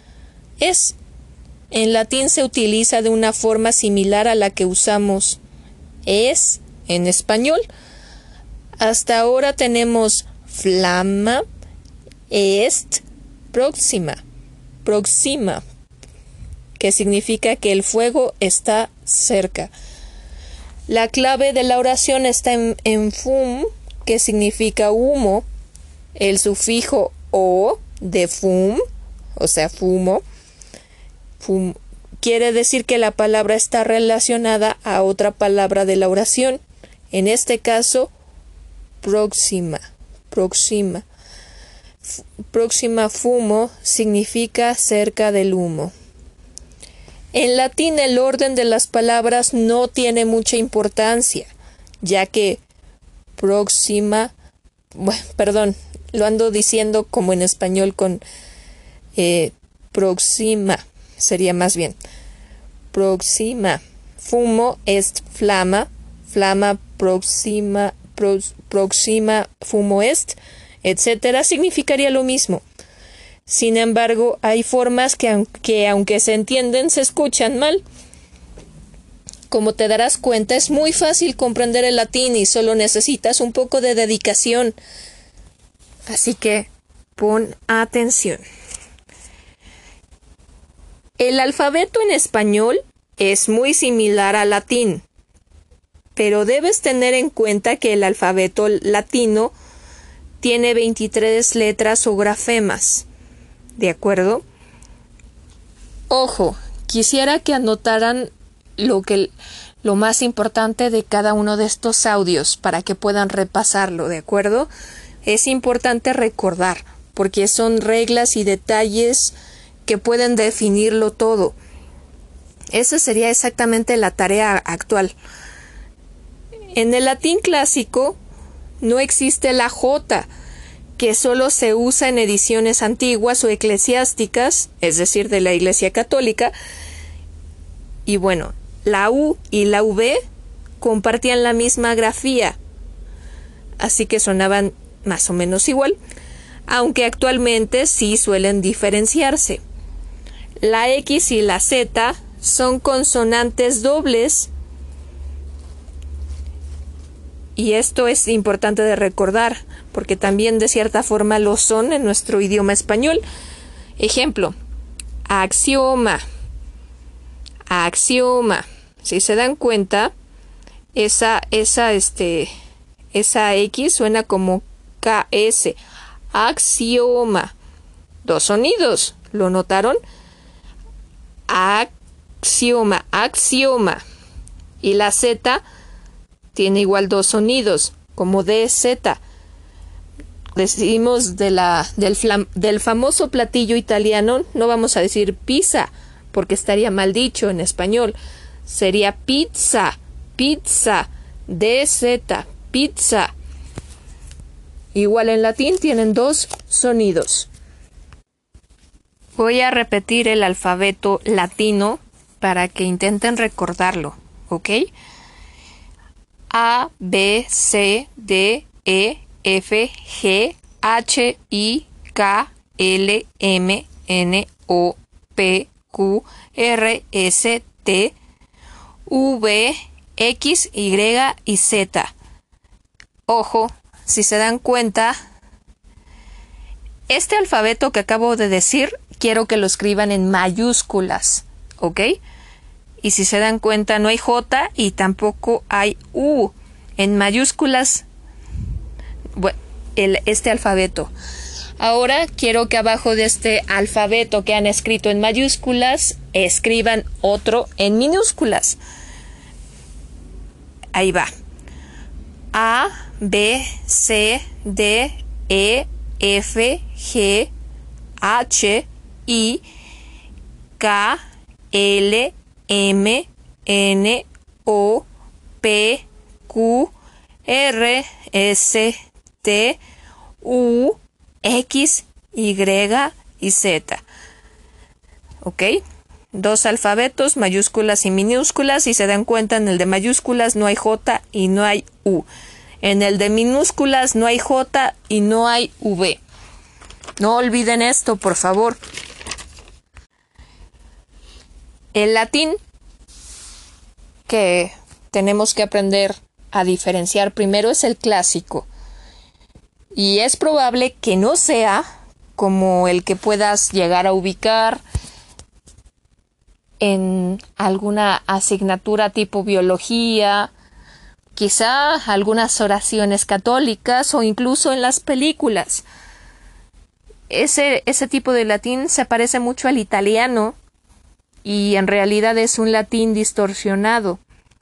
es. En latín se utiliza de una forma similar a la que usamos es en español. Hasta ahora tenemos flamma, est, próxima, próxima, que significa que el fuego está cerca. La clave de la oración está en, en fum, que significa humo. El sufijo o de fum, o sea, fumo, fum, quiere decir que la palabra está relacionada a otra palabra de la oración. En este caso, próxima, próxima. F- próxima fumo significa cerca del humo. En latín el orden de las palabras no tiene mucha importancia, ya que próxima, bueno, perdón, lo ando diciendo como en español con eh, próxima, sería más bien. Próxima, fumo est flama, flama próxima, pros, próxima fumo est, etcétera, significaría lo mismo. Sin embargo, hay formas que aunque, aunque se entienden, se escuchan mal. Como te darás cuenta, es muy fácil comprender el latín y solo necesitas un poco de dedicación. Así que pon atención. El alfabeto en español es muy similar al latín, pero debes tener en cuenta que el alfabeto latino tiene veintitrés letras o grafemas. ¿De acuerdo? Ojo, quisiera que anotaran lo que lo más importante de cada uno de estos audios para que puedan repasarlo, ¿de acuerdo? Es importante recordar, porque son reglas y detalles que pueden definirlo todo. Esa sería exactamente la tarea actual. En el latín clásico no existe la J, que solo se usa en ediciones antiguas o eclesiásticas, es decir, de la Iglesia Católica. Y bueno, la U y la V compartían la misma grafía, así que sonaban más o menos igual, aunque actualmente sí suelen diferenciarse. La X y la Z son consonantes dobles, y esto es importante de recordar, porque también de cierta forma lo son en nuestro idioma español. Ejemplo, axioma, axioma. Si se dan cuenta, esa, esa, este, esa X suena como K S. Axioma. Dos sonidos. ¿Lo notaron? Axioma, axioma. Y la Z tiene igual dos sonidos, como D Z. Decimos de la, del, flam, del famoso platillo italiano, no vamos a decir pizza, porque estaría mal dicho en español. Sería pizza, pizza, D Z, pizza. Igual en latín tienen dos sonidos. Voy a repetir el alfabeto latino para que intenten recordarlo, ¿ok? A, B, C, D, E, F, G, H, I, K, L, M, N, O, P, Q, R, S, T, V, X, Y y Z. Ojo, si se dan cuenta, este alfabeto que acabo de decir, quiero que lo escriban en mayúsculas, ¿ok? Y si se dan cuenta, no hay J y tampoco hay U. En mayúsculas, bueno, el, este alfabeto. Ahora quiero que abajo de este alfabeto que han escrito en mayúsculas, escriban otro en minúsculas. Ahí va. A, B, C, D, E, F, G, H, I, K, L, M, N, O, P, Q, R, S, T, U, X, Y y Z. ¿Ok? Dos alfabetos, mayúsculas y minúsculas. Si se dan cuenta, en el de mayúsculas no hay J y no hay U. En el de minúsculas no hay J y no hay V. No olviden esto, por favor. El latín, que tenemos que aprender a diferenciar primero es el clásico. Y es probable que no sea como el que puedas llegar a ubicar en alguna asignatura tipo biología, quizá algunas oraciones católicas o incluso en las películas. Ese, ese tipo de latín se parece mucho al italiano y en realidad es un latín distorsionado.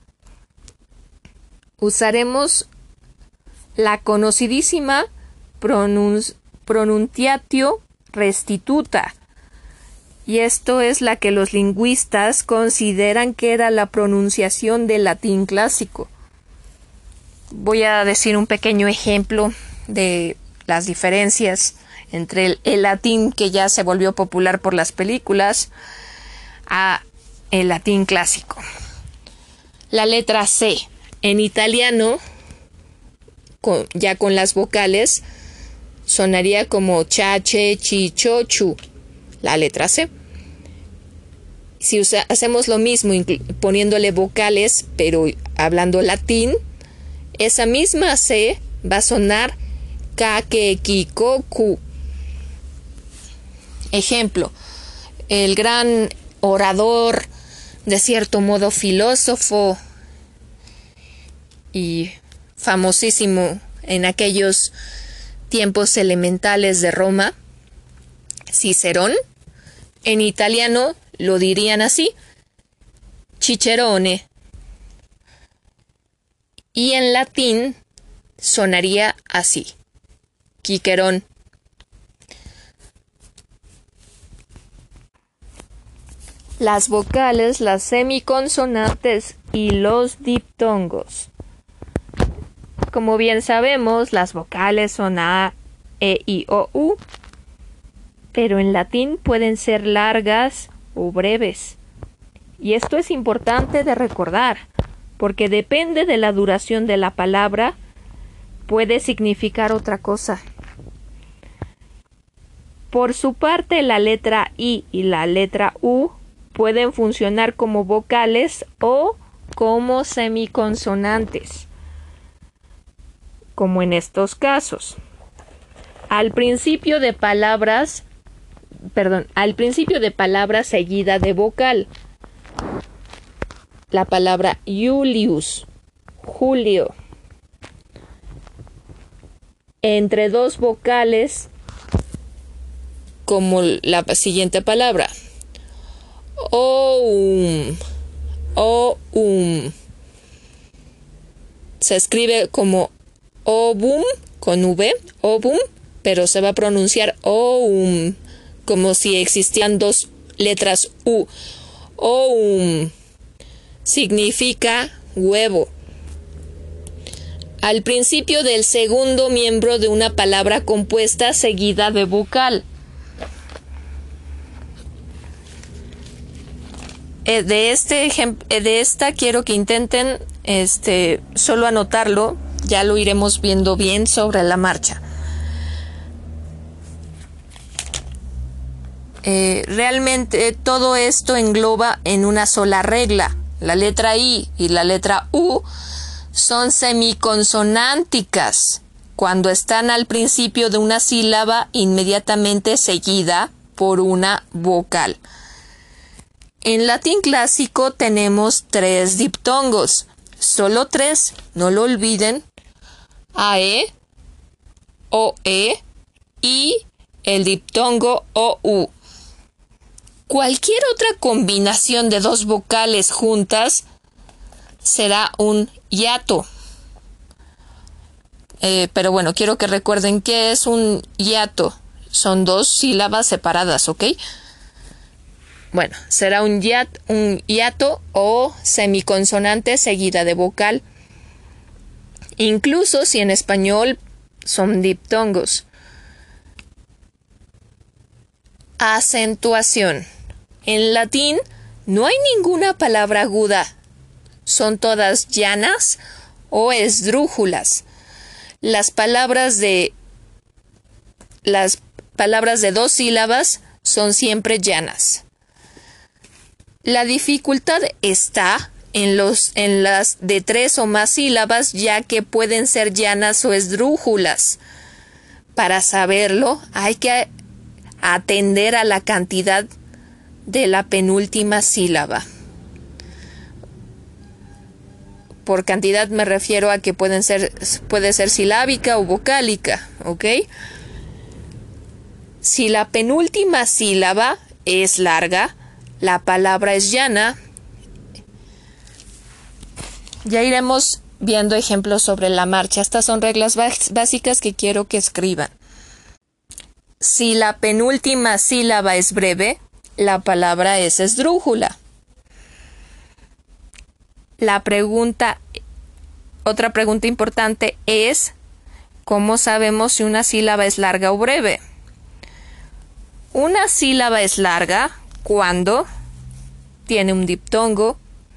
Usaremos la conocidísima pronun- pronunciatio restituta, y esto es la que los lingüistas consideran que era la pronunciación del latín clásico. Voy a decir un pequeño ejemplo de las diferencias entre el, el latín que ya se volvió popular por las películas a el latín clásico. La letra C. En italiano, con, ya con las vocales, sonaría como cha, che, chi, cho, chu. La letra C. Si usa, hacemos lo mismo poniéndole vocales, pero hablando latín, esa misma C va a sonar ka, ke, ki, ko, ku. Ejemplo, el gran orador, de cierto modo filósofo y famosísimo en aquellos tiempos elementales de Roma, Cicerón, en italiano lo dirían así, Cicerone, y en latín sonaría así, Quiquerón. Las vocales, las semiconsonantes y los diptongos. Como bien sabemos, las vocales son A, E, I, O, U, pero en latín pueden ser largas o breves. Y esto es importante de recordar, porque depende de la duración de la palabra, puede significar otra cosa. Por su parte, la letra I y la letra U pueden funcionar como vocales o como semiconsonantes, como en estos casos. Al principio de palabras, perdón, al principio de palabra seguida de vocal. La palabra Julius, Julio. Entre dos vocales, como la siguiente palabra. Oum, oum. Se escribe como obum con V, obum, pero se va a pronunciar oum, como si existieran dos letras U. Oum significa huevo. Al principio del segundo miembro de una palabra compuesta seguida de vocal. De este ejemplo, de esta quiero que intenten este solo anotarlo, ya lo iremos viendo bien sobre la marcha. Eh, realmente todo esto engloba en una sola regla. La letra I y la letra U son semiconsonánticas cuando están al principio de una sílaba inmediatamente seguida por una vocal. En latín clásico tenemos tres diptongos, solo tres, no lo olviden, AE, OE y el diptongo O U. Cualquier otra combinación de dos vocales juntas será un hiato. Eh, pero bueno, quiero que recuerden qué es un hiato. Son dos sílabas separadas, ¿ok? Bueno, será un hiato, un hiato o semiconsonante seguida de vocal. Incluso si en español son diptongos. Acentuación. En latín no hay ninguna palabra aguda. Son todas llanas o esdrújulas. Las palabras de las palabras de dos sílabas son siempre llanas. La dificultad está en, los, en las de tres o más sílabas, ya que pueden ser llanas o esdrújulas. Para saberlo, hay que atender a la cantidad de la penúltima sílaba. Por cantidad me refiero a que pueden ser, puede ser silábica o vocálica, ¿ok? Si la penúltima sílaba es larga, la palabra es llana. Ya iremos viendo ejemplos sobre la marcha. Estas son reglas básicas que quiero que escriban. Si la penúltima sílaba es breve, la palabra es esdrújula. La pregunta, otra pregunta importante es, ¿cómo sabemos si una sílaba es larga o breve? Una sílaba es larga cuando tiene un diptongo,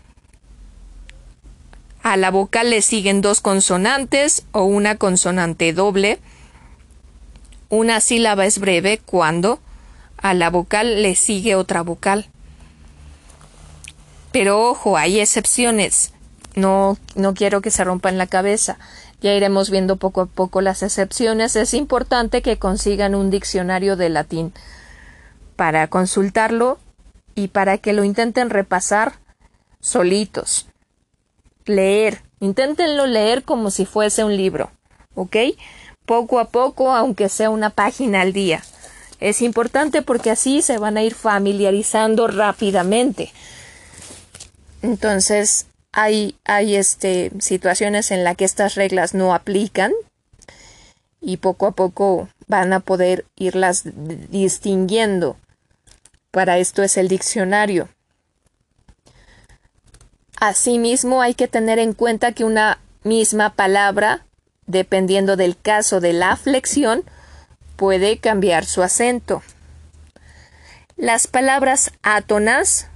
a la vocal le siguen dos consonantes o una consonante doble. Una sílaba es breve cuando a la vocal le sigue otra vocal. Pero ojo, hay excepciones. No, no quiero que se rompan la cabeza. Ya iremos viendo poco a poco las excepciones. Es importante que consigan un diccionario de latín para consultarlo y para que lo intenten repasar solitos. Leer. Inténtenlo leer como si fuese un libro. ¿Ok? Poco a poco, aunque sea una página al día. Es importante porque así se van a ir familiarizando rápidamente. Entonces, hay, hay este, situaciones en las que estas reglas no aplican y poco a poco van a poder irlas distinguiendo. Para esto es el diccionario. Asimismo, hay que tener en cuenta que una misma palabra, dependiendo del caso de la flexión, puede cambiar su acento. Las palabras átonas,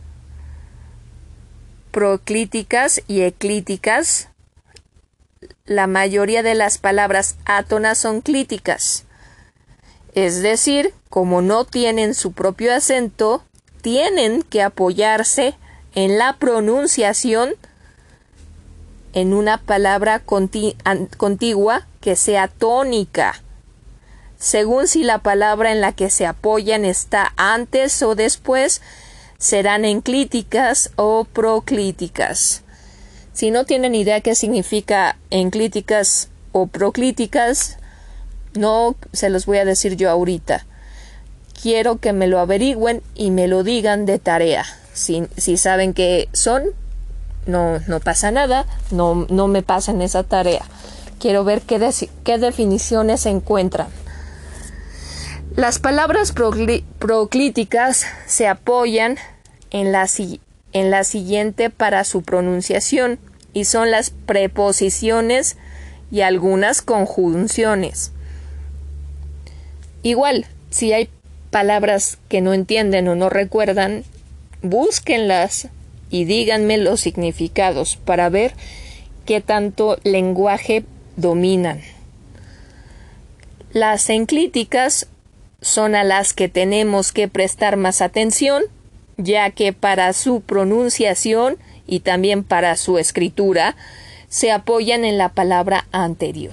proclíticas y eclíticas, la mayoría de las palabras átonas son clíticas. Es decir, como no tienen su propio acento, tienen que apoyarse en la pronunciación en una palabra conti- contigua que sea tónica, según si la palabra en la que se apoyan está antes o después, serán enclíticas o proclíticas. Si no tienen idea qué significa enclíticas o proclíticas, no se los voy a decir yo ahorita. Quiero que me lo averigüen y me lo digan de tarea. Si, si saben qué son, no, no pasa nada, no, no me pasen esa tarea. Quiero ver qué, de, qué definiciones se encuentran. Las palabras proclí, proclíticas se apoyan en la, en la siguiente para su pronunciación y son las preposiciones y algunas conjunciones. Igual, si hay palabras que no entienden o no recuerdan, búsquenlas y díganme los significados para ver qué tanto lenguaje dominan. Las enclíticas son a las que tenemos que prestar más atención, ya que para su pronunciación y también para su escritura se apoyan en la palabra anterior.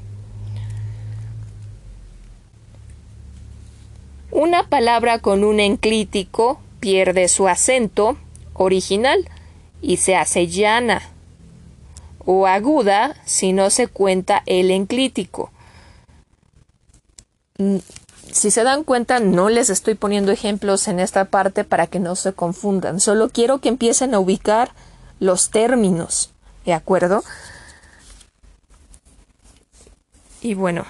Una palabra con un enclítico pierde su acento original y se hace llana o aguda si no se cuenta el enclítico. Si se dan cuenta, no les estoy poniendo ejemplos en esta parte para que no se confundan. Solo quiero que empiecen a ubicar los términos, ¿de acuerdo? Y bueno,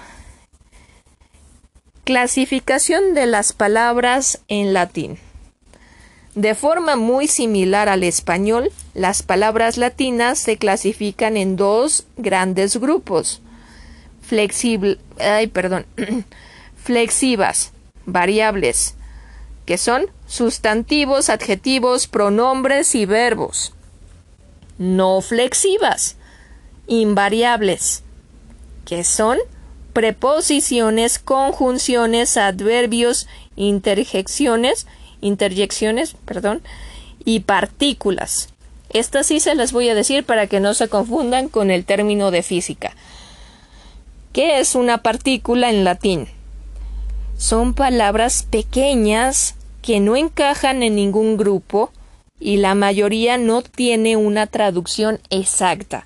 clasificación de las palabras en latín. De forma muy similar al español, las palabras latinas se clasifican en dos grandes grupos. Flexible, ay, perdón, flexivas, variables, que son sustantivos, adjetivos, pronombres y verbos. No flexivas, invariables, que son preposiciones, conjunciones, adverbios, interjecciones, interjecciones, perdón, y partículas. Estas sí se las voy a decir para que no se confundan con el término de física. ¿Qué es una partícula en latín? Son palabras pequeñas que no encajan en ningún grupo y la mayoría no tiene una traducción exacta.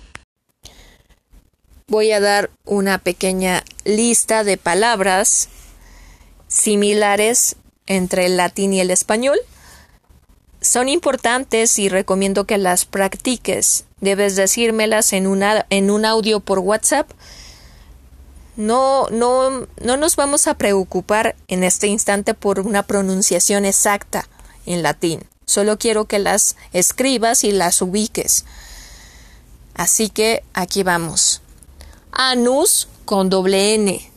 Voy a dar una pequeña lista de palabras similares entre el latín y el español. Son importantes y recomiendo que las practiques. Debes decírmelas en, una, en un audio por WhatsApp. No, no, no nos vamos a preocupar en este instante por una pronunciación exacta en latín. Solo quiero que las escribas y las ubiques. Así que aquí vamos. Anus con doble N.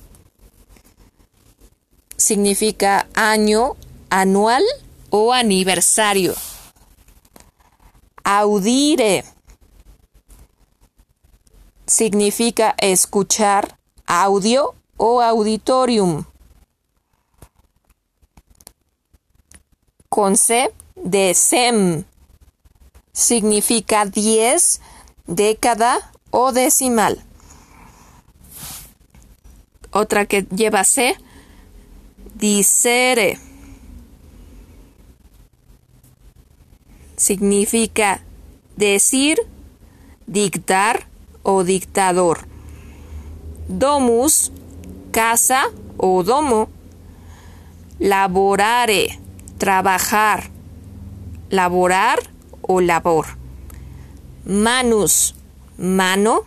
Significa año, anual o aniversario. Audire significa escuchar, audio o auditorium. Con C de sem significa diez, década o decimal. Otra que lleva C, dicere. Significa decir, dictar o dictador. Domus, casa o domo. Laborare, trabajar, laborar o labor. Manus, mano,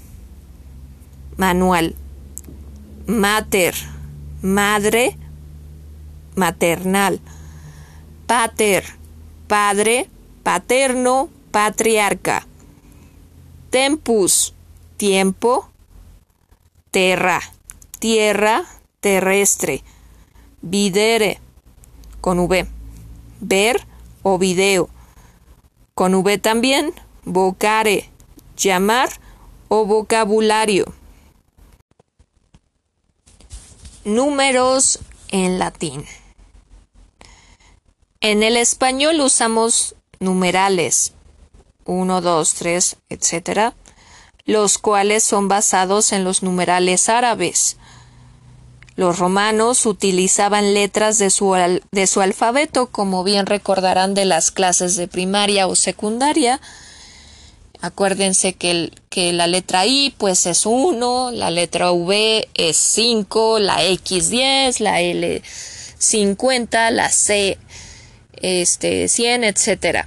manual. Mater, madre, maternal. Pater, padre, paterno, patriarca. Tempus, tiempo. Terra, tierra, terrestre. Videre, con V. Ver o video. Con V también. Vocare, llamar o vocabulario. Números en latín. En el español usamos numerales uno, dos, tres, etcétera, los cuales son basados en los numerales árabes. Los romanos utilizaban letras de su, al, de su alfabeto, como bien recordarán de las clases de primaria o secundaria. Acuérdense que, el, que la letra I pues es uno, la letra V es cinco, la X diez, la L cincuenta, la C este, cien, etcétera.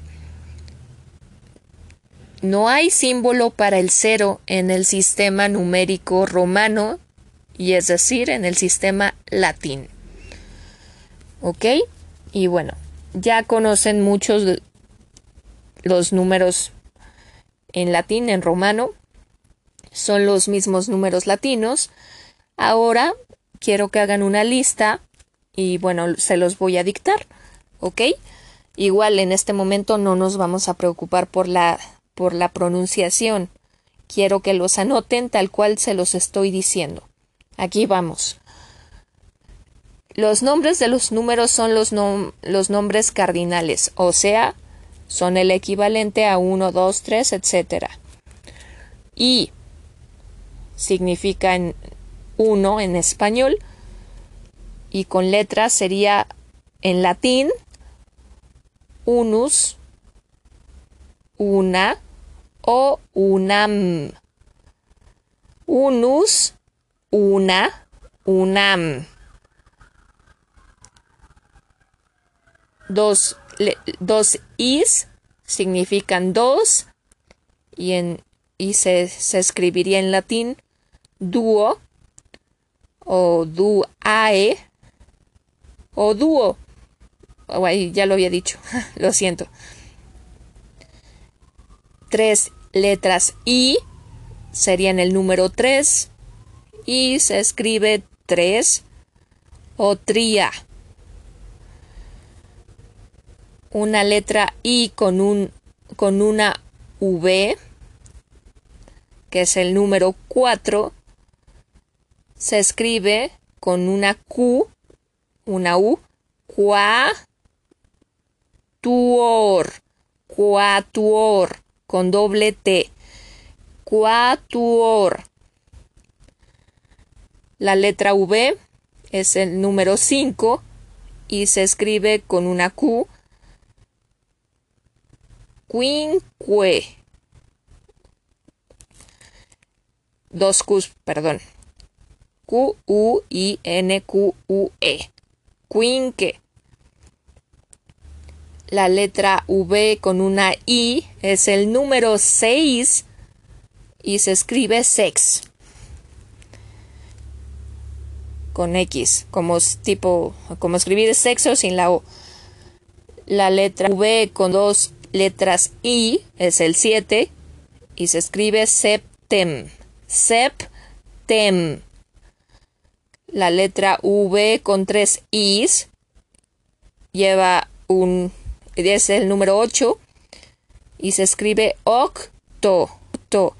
No hay símbolo para el cero en el sistema numérico romano, y es decir, en el sistema latín. ¿Ok? Y bueno, ya conocen muchos de los números en latín, en romano. Son los mismos números latinos. Ahora quiero que hagan una lista y bueno, se los voy a dictar. ¿Ok? Igual en este momento no nos vamos a preocupar por la, por la pronunciación. Quiero que los anoten tal cual se los estoy diciendo. Aquí vamos. Los nombres de los números son los, nom- los nombres cardinales, o sea, son el equivalente a uno, dos, tres, etcétera. Y significa en uno en español y con letras sería en latín unus, una o unam. Unus, una, unam. Dos, le, dos is significan dos y, en, y se, se escribiría en latín duo o duae o dúo. Oh, ya lo había dicho, lo siento. Tres letras I serían el número tres y se escribe tres o tría. Una letra I con, un, con una V, que es el número cuatro, se escribe con una Q, una U, qua, tuor, Quatuor, con doble T. Quatuor. La letra V es el número cinco y se escribe con una Q. Quinque. Dos Qs, perdón. Q U I N Q U E. Quinque. La letra V con una I es el número seis y se escribe sex. Con X, como tipo, como escribir sexo sin la O. La letra V con dos letras I es el siete y se escribe septem. Septem. La letra V con tres Is lleva un, es el número ocho y se escribe octo. octo.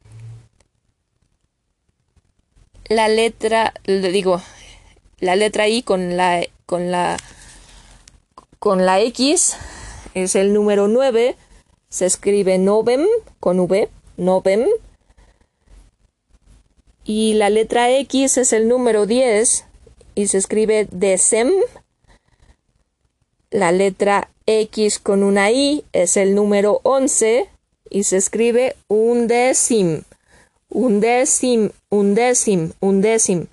La letra, le digo, la letra I con la, con la, con la X es el número nueve, se escribe novem con V, novem. Y la letra X es el número diez y se escribe decem. La letra X con una I es el número once y se escribe undécim. Undécim, undécim, undécim.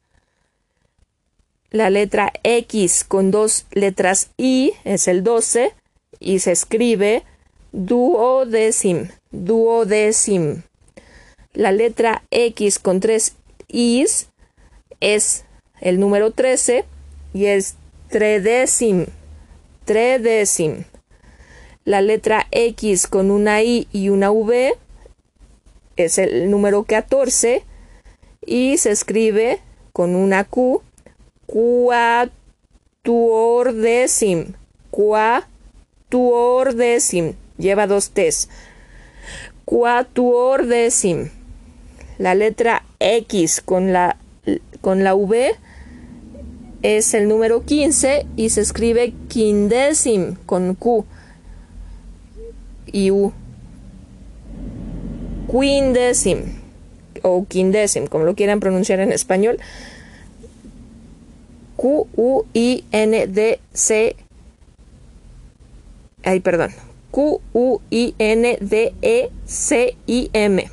La letra X con dos letras I es el doce y se escribe duodécim, duodécim. La letra X con tres Is es el número trece y es tredécim, tredécim. La letra X con una I y una V es el número catorce y se escribe con una Q, cuatuordécim, cuatuordécim, lleva dos T's, cuatuordécim. La letra X con la, con la V es el número quince y se escribe quindécim con Q y U. Quindécim o quindécim, como lo quieran pronunciar en español. Q U I N D C. Ay, perdón. Q U I N D E C I M.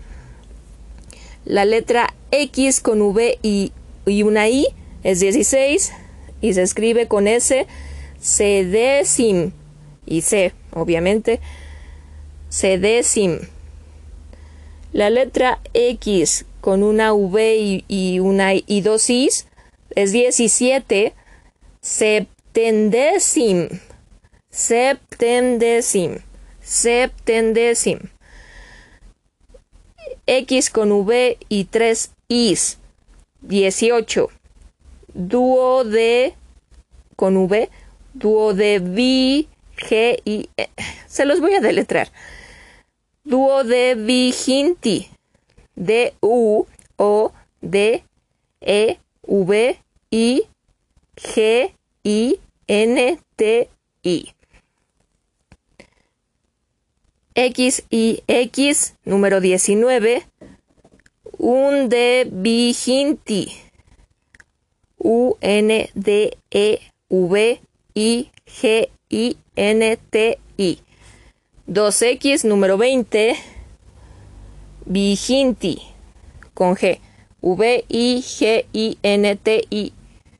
La letra X con V y, y una I es dieciséis y se escribe con S, sedécim y C, obviamente, sedécim. La letra X con una V y, y, una, y dos Is es diecisiete, septendécim, septendécim, septendécim. X con V y tres Is, dieciocho. Duode con V, duodevi, G y E. Se los voy a deletrear. Duodeviginti, D U O D E V I G I N T I. X y X, número diecinueve, undeviginti, U N D E V I G I N T I. dos X, número veinte, viginti, con G, V I G I N T I.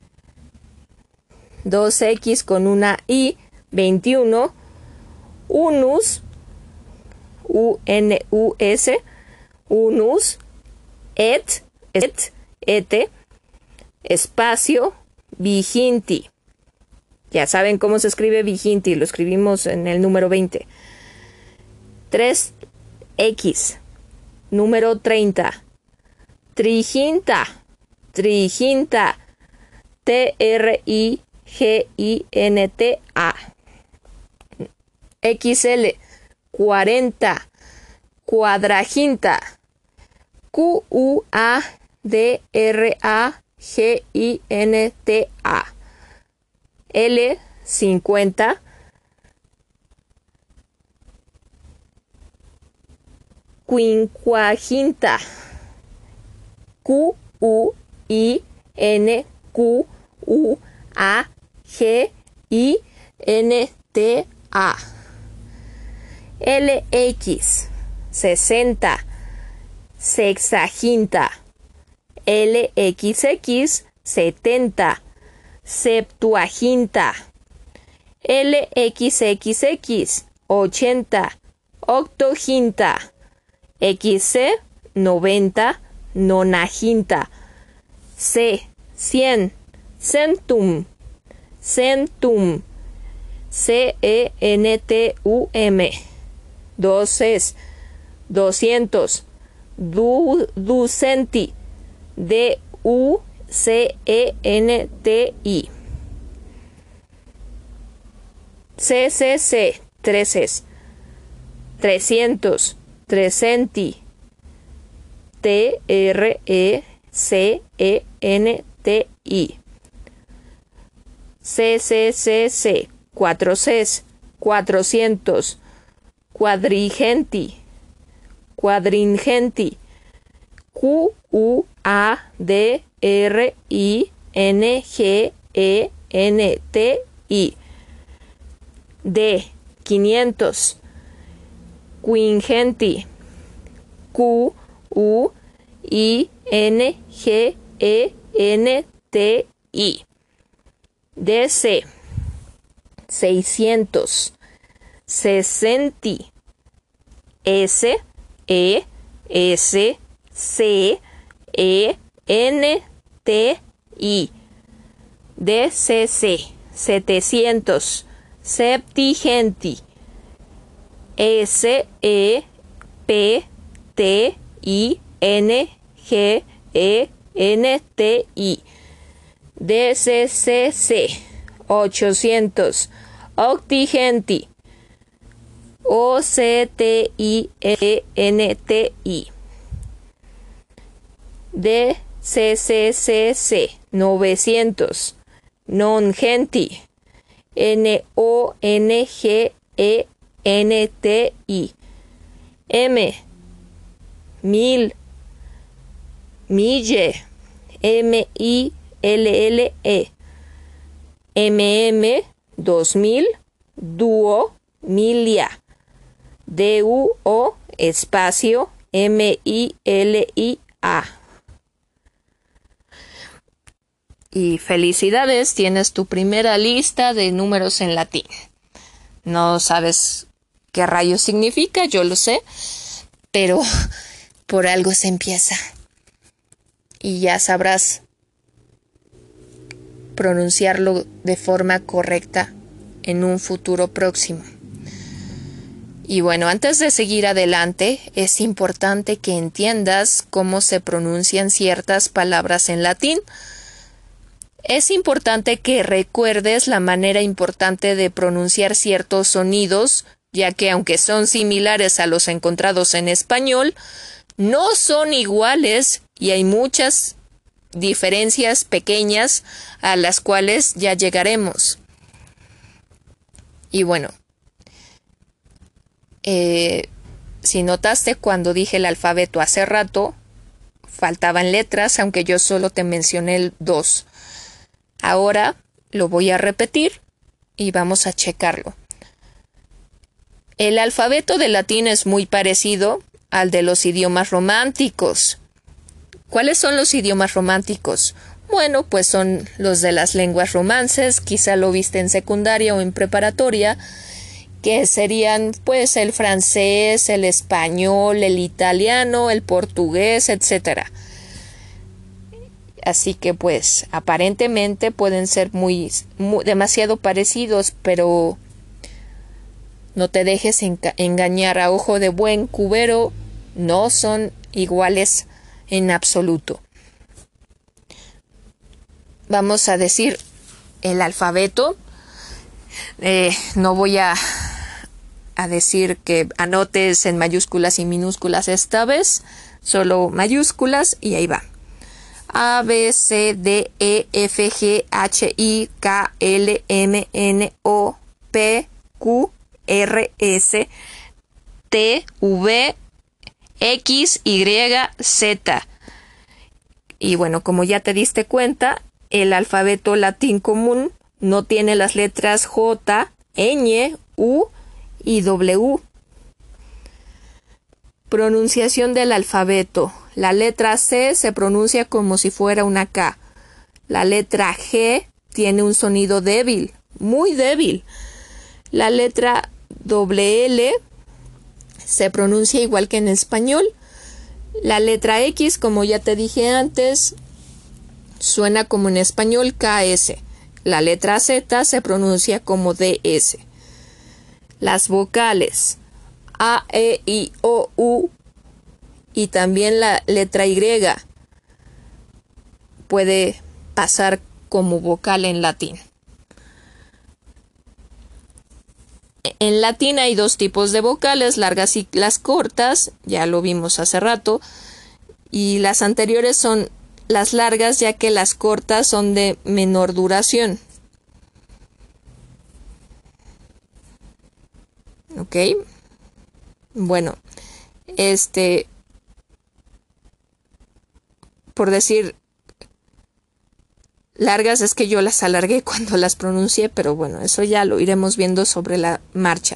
dos X con una I, veintiuno, unus, U N U S, unus, et, et, et, espacio, viginti. Ya saben cómo se escribe viginti, lo escribimos en el número veinte. tres X, número treinta. Triginta, triginta, T R I G I N T A. X L, cuarenta, cuadraginta, Q U A D R A G I N T A. L, cincuenta, quincuaginta. Q U I N Q U A G I N T A. L X sesenta. Sexaginta. L X X setenta. Septuaginta. L X X X ochenta. Octoginta. X C noventa. Nonaginta. C cien. Centum. Centum. C E N T U M. Doces. Doscientos. Du, ducenti. D U C E N T I. C C C. Treces. Trescientos. Trecenti. T R E C E N T I. C C C C. Cuatro Cs. Cuatrocientos. Cuadrigenti. Cuadringenti. Q U A D R I N G E N T I. D. Quinientos. Quingenti. Q U I N G E N T I. D C. Seiscientos. Sesenti. S E S C E N T I. D C C. Setecientos. Septigenti. S E P T I N G E N T I. D C C C. Ochocientos. Octigenti. O C T I E N T I. D C C C C. Novecientos. Nongenti. N O N G E N T I. M. Mil. Mille. M I L L E. M M. Dos mil. Duo. Milia. D U O espacio M I L I A. Y felicidades, tienes tu primera lista de números en latín. No sabes qué rayos significa, yo lo sé, pero por algo se empieza. Y ya sabrás pronunciarlo de forma correcta en un futuro próximo. Y bueno, antes de seguir adelante, es importante que entiendas cómo se pronuncian ciertas palabras en latín. Es importante que recuerdes la manera importante de pronunciar ciertos sonidos, ya que aunque son similares a los encontrados en español, no son iguales y hay muchas diferencias pequeñas a las cuales ya llegaremos. Y bueno, eh, si notaste cuando dije el alfabeto hace rato, faltaban letras, aunque yo solo te mencioné el dos. Ahora lo voy a repetir y vamos a checarlo. El alfabeto del latín es muy parecido al de los idiomas románticos. ¿Cuáles son los idiomas románticos? Bueno, pues son los de las lenguas romances, quizá lo viste en secundaria o en preparatoria, que serían pues el francés, el español, el italiano, el portugués, etcétera. Así que pues aparentemente pueden ser muy, muy demasiado parecidos, pero no te dejes enga- engañar a ojo de buen cubero, no son iguales en absoluto. Vamos a decir el alfabeto. Eh, no voy a, a decir que anotes en mayúsculas y minúsculas esta vez, solo mayúsculas y ahí va. A, B, C, D, E, F, G, H, I, K, L, M, N, O, P, Q, R, S, T, V, X, Y, Z. Y bueno, como ya te diste cuenta, el alfabeto latín común no tiene las letras J, ñ, U y W. Pronunciación del alfabeto. La letra C se pronuncia como si fuera una K. La letra G tiene un sonido débil, muy débil. La letra doble L se pronuncia igual que en español. La letra X, como ya te dije antes, suena como en español K S. La letra Z se pronuncia como D S. Las vocales A, E, I, O, U y también la letra Y puede pasar como vocal en latín. En latín hay dos tipos de vocales, largas y las cortas, ya lo vimos hace rato, y las anteriores son las largas ya que las cortas son de menor duración. ¿Ok? Bueno, este, por decir largas es que yo las alargué cuando las pronuncié, pero bueno, eso ya lo iremos viendo sobre la marcha.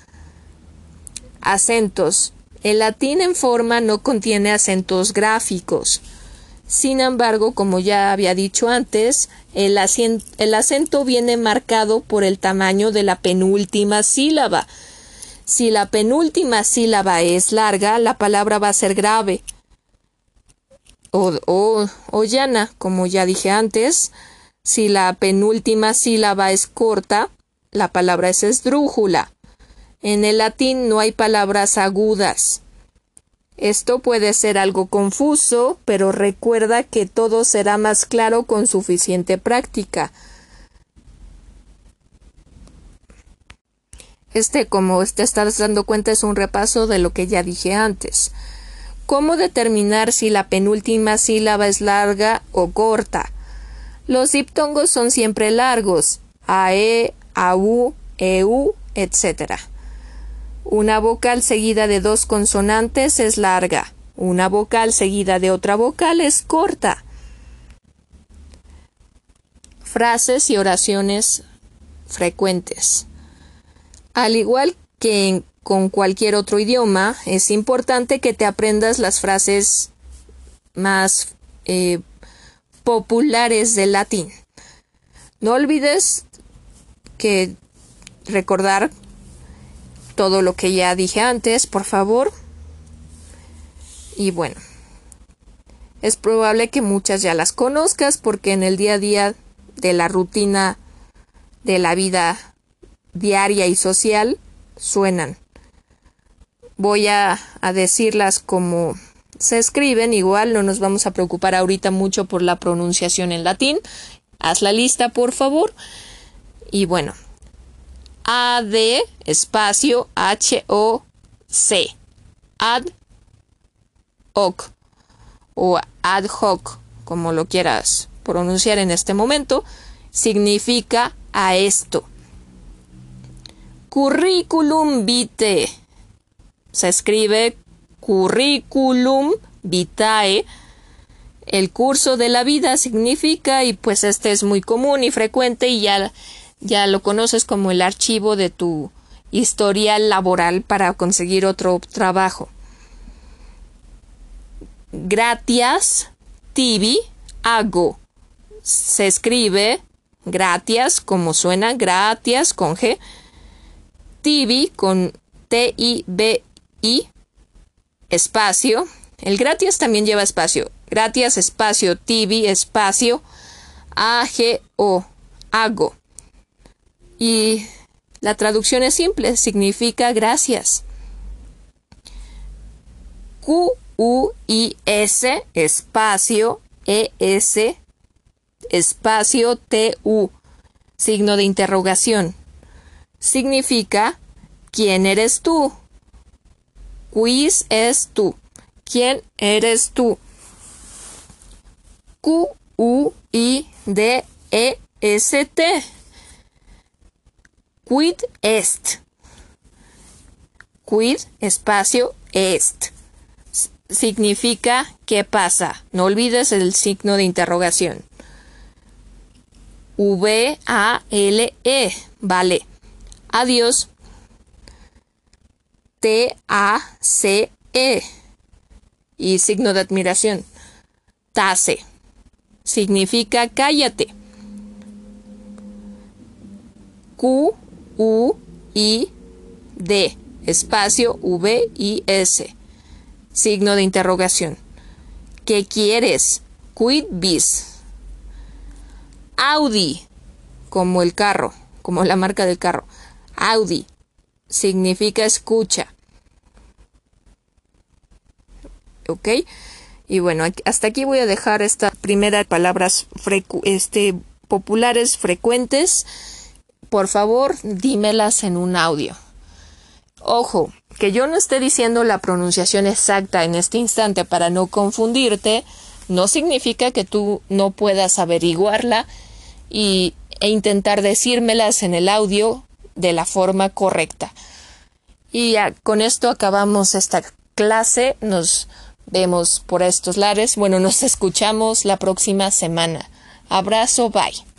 Acentos. El latín en forma no contiene acentos gráficos. Sin embargo, como ya había dicho antes, el acento, el acento viene marcado por el tamaño de la penúltima sílaba. Si la penúltima sílaba es larga, la palabra va a ser grave o, o, o llana, como ya dije antes. Si la penúltima sílaba es corta, la palabra es esdrújula. En el latín no hay palabras agudas. Esto puede ser algo confuso, pero recuerda que todo será más claro con suficiente práctica. Este, como te estás dando cuenta, es un repaso de lo que ya dije antes. ¿Cómo determinar si la penúltima sílaba es larga o corta? Los diptongos son siempre largos, a e, a u, e u, etcétera. Una vocal seguida de dos consonantes es larga. Una vocal seguida de otra vocal es corta. Frases y oraciones frecuentes. Al igual que en, con cualquier otro idioma, es importante que te aprendas las frases más eh, populares del latín. No olvides que recordar todo lo que ya dije antes, por favor. Y bueno, es probable que muchas ya las conozcas porque en el día a día de la rutina de la vida diaria y social suenan. Voy a, a decirlas como se escriben, igual no nos vamos a preocupar ahorita mucho por la pronunciación en latín. Haz la lista, por favor. Y bueno, A D espacio H O C, ad hoc o ad hoc, como lo quieras pronunciar en este momento, significa a esto. Curriculum vitae, se escribe curriculum vitae. El curso de la vida significa, y pues este es muy común y frecuente y ya Ya lo conoces como el archivo de tu historial laboral para conseguir otro trabajo. Gratias tibi hago. Se escribe gratias como suena, gratias con G. Tibi con T I B I espacio. El gratias también lleva espacio. Gratias espacio tibi espacio A G O hago. Y la traducción es simple, significa gracias. Q U I S espacio E S espacio T U, signo de interrogación. Significa ¿quién eres tú? Quis es tú. ¿Quién eres tú? Q U I D E S T. Quid est. Quid espacio est. significa ¿qué pasa? No olvides el signo de interrogación. V A L E, vale. Adiós. T A C E y signo de admiración. Tace. Significa cállate. Q U I D, espacio V I S, signo de interrogación. ¿Qué quieres? Quid vis. Audi, como el carro, como la marca del carro. Audi significa escucha. ¿Ok? Y bueno, hasta aquí voy a dejar esta primera palabras frecu este, populares frecuentes. Por favor, dímelas en un audio. Ojo, que yo no esté diciendo la pronunciación exacta en este instante para no confundirte, no significa que tú no puedas averiguarla y, e intentar decírmelas en el audio de la forma correcta. Y ya, con esto acabamos esta clase. Nos vemos por estos lares. Bueno, nos escuchamos la próxima semana. Abrazo, bye.